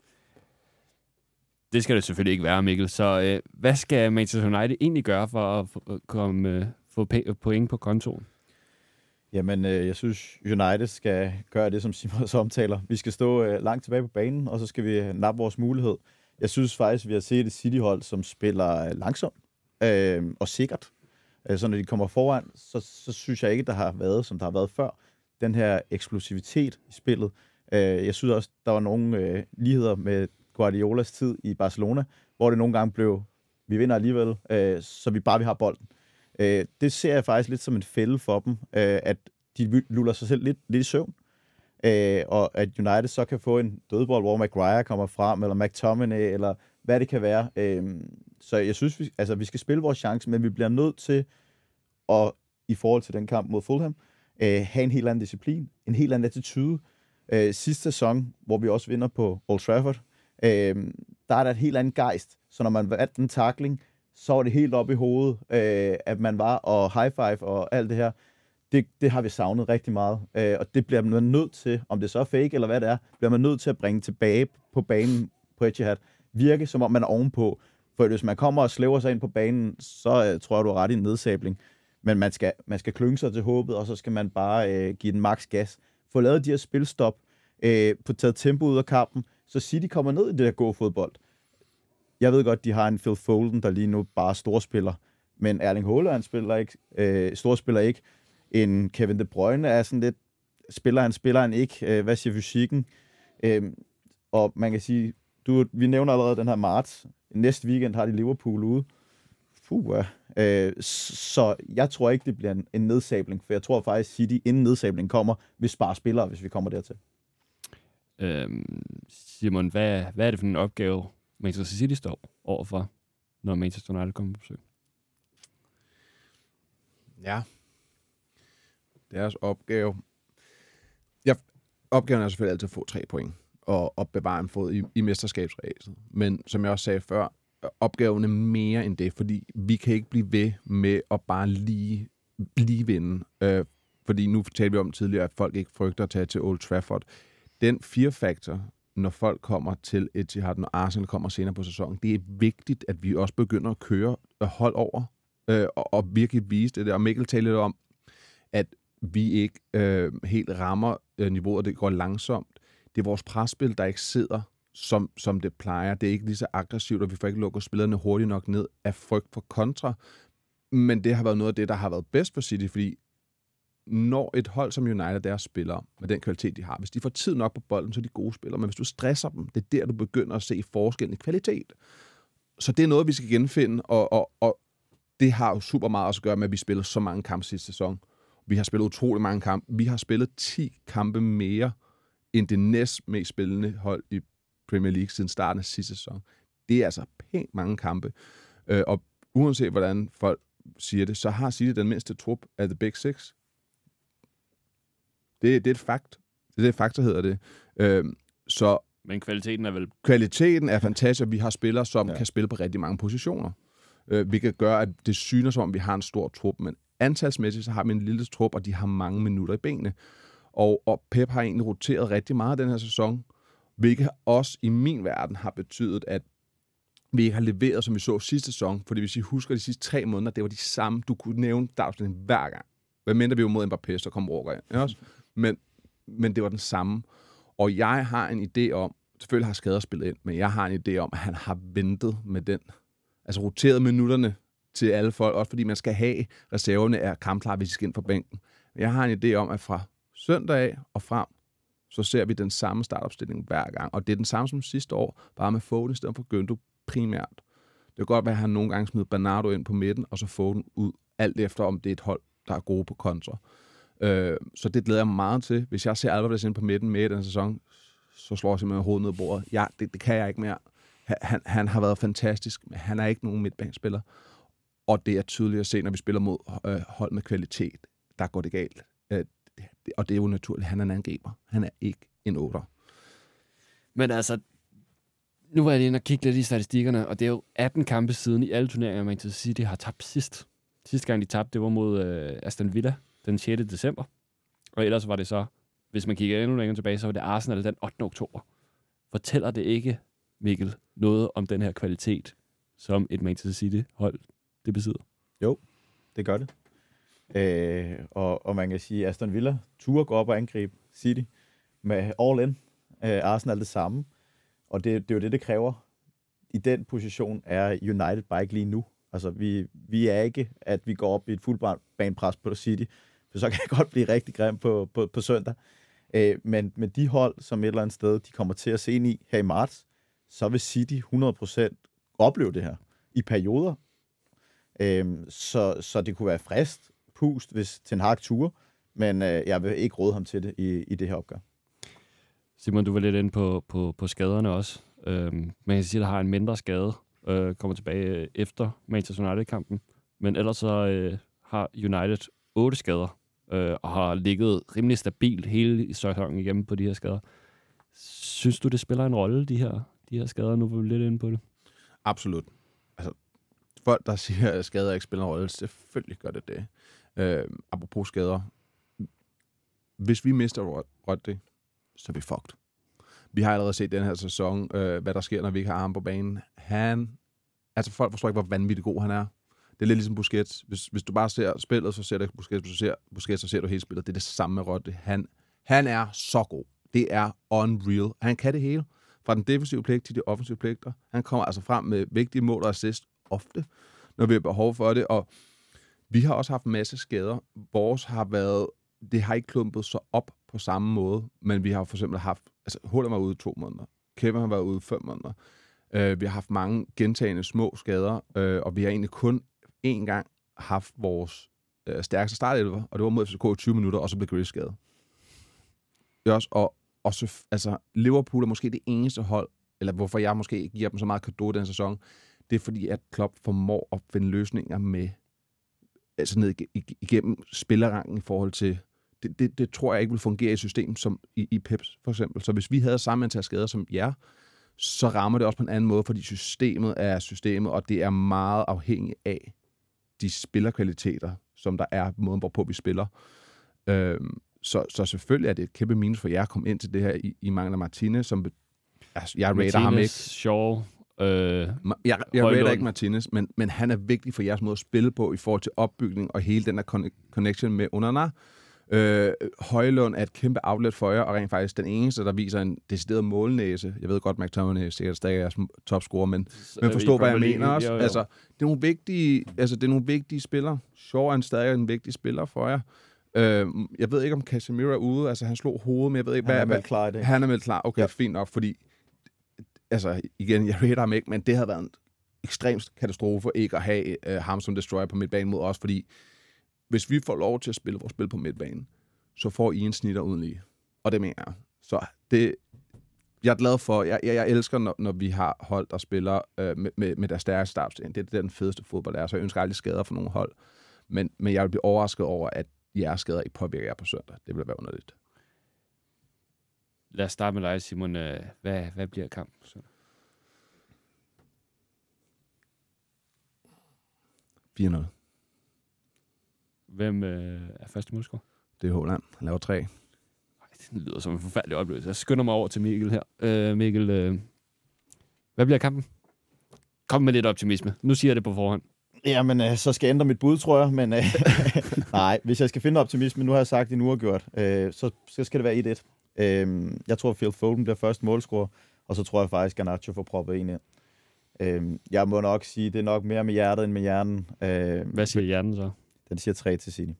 Det skal det selvfølgelig ikke være, Mikkel. Så hvad skal Manchester United egentlig gøre for at få point på kontoen? Jamen, jeg synes, United skal gøre det, som Simon også omtaler. Vi skal stå langt tilbage på banen, og så skal vi nappe vores mulighed. Jeg synes faktisk, vi har set et City-hold, som spiller langsomt og sikkert. Så når de kommer foran, så synes jeg ikke, der har været, som der har været før, den her eksplosivitet i spillet. Jeg synes også, der var nogle ligheder med Guardiolas tid i Barcelona, hvor det nogle gange blev, vi vinder alligevel, så vi har bolden. Det ser jeg faktisk lidt som en fælde for dem, at de luller sig selv lidt i søvn, og at United så kan få en dødbold, hvor Maguire kommer frem, eller McTominay, eller hvad det kan være. Så jeg synes, vi skal spille vores chance, men vi bliver nødt til at, i forhold til den kamp mod Fulham, have en helt anden disciplin, en helt anden attitude. Sidste sæson, hvor vi også vinder på Old Trafford, der er der et helt andet gejst. Så når man vandt den tackling, så var det helt op i hovedet, at man var, og high five og alt det her. Det har vi savnet rigtig meget, og det bliver man nødt til, om det så er fake eller hvad det er, bliver man nødt til at bringe tilbage på banen på Etihad. Virke som om man er ovenpå, for hvis man kommer og slæver sig ind på banen, så tror jeg, du har ret i en nedsabling. Men man skal klynge sig til håbet, og så skal man bare give den max gas. Få lavet de her spilstop, få taget tempo ud af kampen, så City kommer ned i det her gå-fodbold. Jeg ved godt, de har en Phil Foden, der lige nu bare storspiller, men Erling Haaland storspiller ikke. En Kevin De Bruyne er sådan lidt, spiller han ikke, hvad siger fysikken? Og man kan sige, vi nævner allerede den her marts. Næste weekend har de Liverpool ude. Så jeg tror ikke, det bliver en nedsabling, for jeg tror faktisk, City inden nedsablingen kommer, vil spare spillere, hvis vi kommer dertil. Simon, hvad er det for en opgave, Manchester City står overfor, når Manchester United kommer på besøg? Ja. Deres opgave... Opgaven er selvfølgelig altid at få 3 point og bevare en fod i mesterskabsræset. Men som jeg også sagde før, opgaven er mere end det, fordi vi kan ikke blive ved med at bare lige vinde. Fordi nu talte vi om tidligere, at folk ikke frygter at tage til Old Trafford. Den fear-faktor, når folk kommer til Etihad, når Arsenal kommer senere på sæsonen, det er vigtigt, at vi også begynder at køre hold over og virkelig vise det der. Og Mikkel talte lidt om, at vi ikke helt rammer niveauet, og det går langsomt. Det er vores presspil, der ikke sidder, som det plejer. Det er ikke lige så aggressivt, og vi får ikke lukket spillerne hurtigt nok ned af frygt for kontra. Men det har været noget af det, der har været bedst for City, fordi når et hold som United, deres spillere, med den kvalitet, de har, hvis de får tid nok på bolden, så er de gode spillere. Men hvis du stresser dem, det er der, du begynder at se forskellen i kvalitet. Så det er noget, vi skal genfinde, og det har jo super meget at gøre med, at vi spiller så mange kampe sidste sæson. Vi har spillet utrolig mange kampe. Vi har spillet 10 kampe mere end det næst mest spillende hold i Premier League siden starten af sidste sæson. Det er altså pænt mange kampe. Og uanset hvordan folk siger det, så har City den mindste trup af The Big Six. Det er et fakt. Det er fakta, hedder det. Men kvaliteten er vel... Kvaliteten er fantastisk, og vi har spillere, som kan spille på rigtig mange positioner. Vi kan gøre, at det synes som om, vi har en stor trup, men antalsmæssigt så har vi en lille trup, og de har mange minutter i benene. Og Pep har egentlig roteret rigtig meget den her sæson, hvilket også i min verden har betydet, at vi ikke har leveret, som vi så sidste sæson. Fordi hvis I husker de sidste 3 måneder, det var de samme. Du kunne nævne dagslænding hver gang. Hvad mindre vi var mod Mbappé, så kom Walker ind. Ja, men det var den samme. Og jeg har en idé om, selvfølgelig har skader spillet ind, men jeg har en idé om, at han har ventet med den. Altså roteret minutterne til alle folk, også fordi man skal have reserverne er kampklar, hvis de skal ind på bænken. Men jeg har en idé om, at fra søndag af og frem, så ser vi den samme startopstilling hver gang. Og det er den samme som sidste år, bare med Foden i stedet for Gundo primært. Det kan godt være, at han nogle gange smider Bernardo ind på midten, og så Foden ud, alt efter om det er et hold, der er gode på kontra. Så det glæder jeg mig meget til. Hvis jeg ser Alvarez ind på midten med i den sæson, så slår jeg simpelthen hovedet ned på bordet. Ja, det kan jeg ikke mere. Han har været fantastisk, men han er ikke nogen midtbanespiller. Og det er tydeligt at se, når vi spiller mod hold med kvalitet, der går det galt. Og det er jo naturligt. Han er en angriber. Han er ikke en 8'er. Men altså, nu var jeg lige inde og kigge lidt i statistikkerne, og det er jo 18 kampe siden i alle turneringer, Manchester City har tabt sidst. Sidste gang de tabte, det var mod Aston Villa den 6. december. Og ellers var det så, hvis man kigger endnu længere tilbage, så var det Arsenal den 8. oktober. Fortæller det ikke, Mikkel, noget om den her kvalitet, som et Manchester City-hold det besidder? Jo, det gør det. Og man kan sige, at Aston Villa turde gå op og angribe City med all in. Arsenal det samme. Og det er jo det kræver. I den position er United bare ikke lige nu. Altså, vi er ikke, at vi går op i et fuldbanepres på City, for så kan det godt blive rigtig grimt på søndag. Men med de hold, som et eller andet sted, de kommer til at se ind i her i marts, så vil City 100% opleve det her i perioder. Så det kunne være frist pust, hvis Ten Hag turer, men jeg vil ikke råde ham til det i det her opgør. Simon, du var lidt inde på skaderne også. Man kan sige, at der har en mindre skade, kommer tilbage efter Manchester United-kampen, men ellers så har United 8 skader, og har ligget rimelig stabilt hele sæsonen igennem på de her skader. Synes du, det spiller en rolle, de her skader? Nu var vi lidt inde på det. Absolut. Altså, folk, der siger, at skader ikke spiller en rolle, selvfølgelig gør det det. Apropos skader. Hvis vi mister Rodri, så er vi fucked. Vi har allerede set den her sæson, hvad der sker, når vi ikke har ham på banen. Altså folk forstår ikke, hvor vanvittigt god han er. Det er lidt ligesom Busquets. Hvis du bare ser spillet, så ser du Busquets. Hvis du ser Busquets, så ser du hele spillet. Det er det samme med Rodri. Han er så god. Det er unreal. Han kan det hele. Fra den defensive pligt til de offensive pligter. Han kommer altså frem med vigtige mål og assist ofte, når vi har behov for det. Og vi har også haft en masse skader. Vores har været... Det har ikke klumpet så op på samme måde, men vi har for eksempel haft... Altså, Holland var ude 2 måneder. Kevin har været ude 5 måneder. Vi har haft mange gentagende små skader, og vi har egentlig kun én gang haft vores stærkeste startelver, og det var mod FCK i 20 minutter, og så blev Grealish skadet. Det er også, og så, altså, Liverpool er måske det eneste hold, eller hvorfor jeg måske ikke giver dem så meget cadeau den sæson, det er fordi, at Klopp formår at finde løsninger med, altså ned igennem spillerrangen i forhold til, det tror jeg ikke vil fungere i systemet som i Peps for eksempel. Så hvis vi havde samme antal skader som jer, så rammer det også på en anden måde, fordi systemet er systemet, og det er meget afhængigt af de spillerkvaliteter, som der er måden, hvorpå vi spiller. Så selvfølgelig er det et kæmpe minus for jer at komme ind til det her i mangler Martinez, som jeg rater ham ikke. Shaw, jeg rater ikke Martinez, men han er vigtig for jeres måde at spille på i forhold til opbygning og hele den der connection med Onana. Højlund er et kæmpe outlet for jer, og rent faktisk den eneste, der viser en decideret målnæse. Jeg ved godt, McTominay sikkert stadig er jeres topscorer, men forstå, hvad jeg mener også. Jo. Altså, det er nogle vigtige spillere. Shaw er stadig en vigtig spiller for jer. Jeg ved ikke, om Casemiro er ude. Altså, han slog hovedet, men jeg ved ikke, han er vel klar i det. Han er vel klar. Okay, fint nok, fordi altså, igen, jeg rater ham ikke, men det havde været en ekstrem katastrofe ikke at have ham som destroyer på midtbanen mod os, fordi hvis vi får lov til at spille vores spil på midtbanen, så får I en snitter uden lige. Og det mener jeg. Så det, jeg er glad for, jeg elsker, når vi har hold, der spiller med deres stærke stabstegn. Det er den fedeste fodbold, der er, så jeg ønsker aldrig skader for nogle hold. Men jeg vil blive overrasket over, at jeres skader ikke påvirker jer på søndag. Det vil være underligt. Lad os starte med dig, Simon. Hvad bliver kampen? 4-0. Hvem er første målscorer? Det er Haaland. Han laver 3. Det lyder som en forfærdelig oplevelse. Jeg skynder mig over til Mikkel her. Mikkel, hvad bliver kampen? Kom med lidt optimisme. Nu siger jeg det på forhånd. Jamen, så skal jeg ændre mit bud, tror jeg. Men nej, hvis jeg skal finde optimisme, nu har jeg sagt, det nu er gjort, så skal det være 1-1. Jeg tror, Phil Foden bliver første målscorer, og så tror jeg faktisk, Garnacho får proppet en ind. Jeg må nok sige, det er nok mere med hjertet end med hjernen. Hvad siger hjernen så? Den siger 3 til City.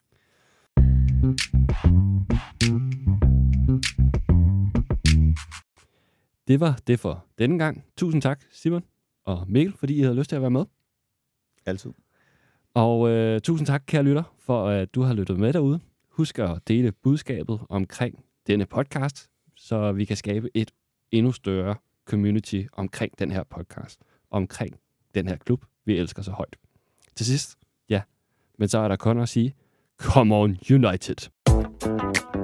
Det var det for denne gang. Tusind tak, Simon og Mikkel, fordi I havde lyst til at være med. Altid. Og tusind tak, kære lytter, for at du har lyttet med derude. Husk at dele budskabet omkring denne podcast, så vi kan skabe et endnu større community omkring den her podcast, omkring den her klub, vi elsker så højt. Til sidst, ja, men så er der kun at sige, come on United!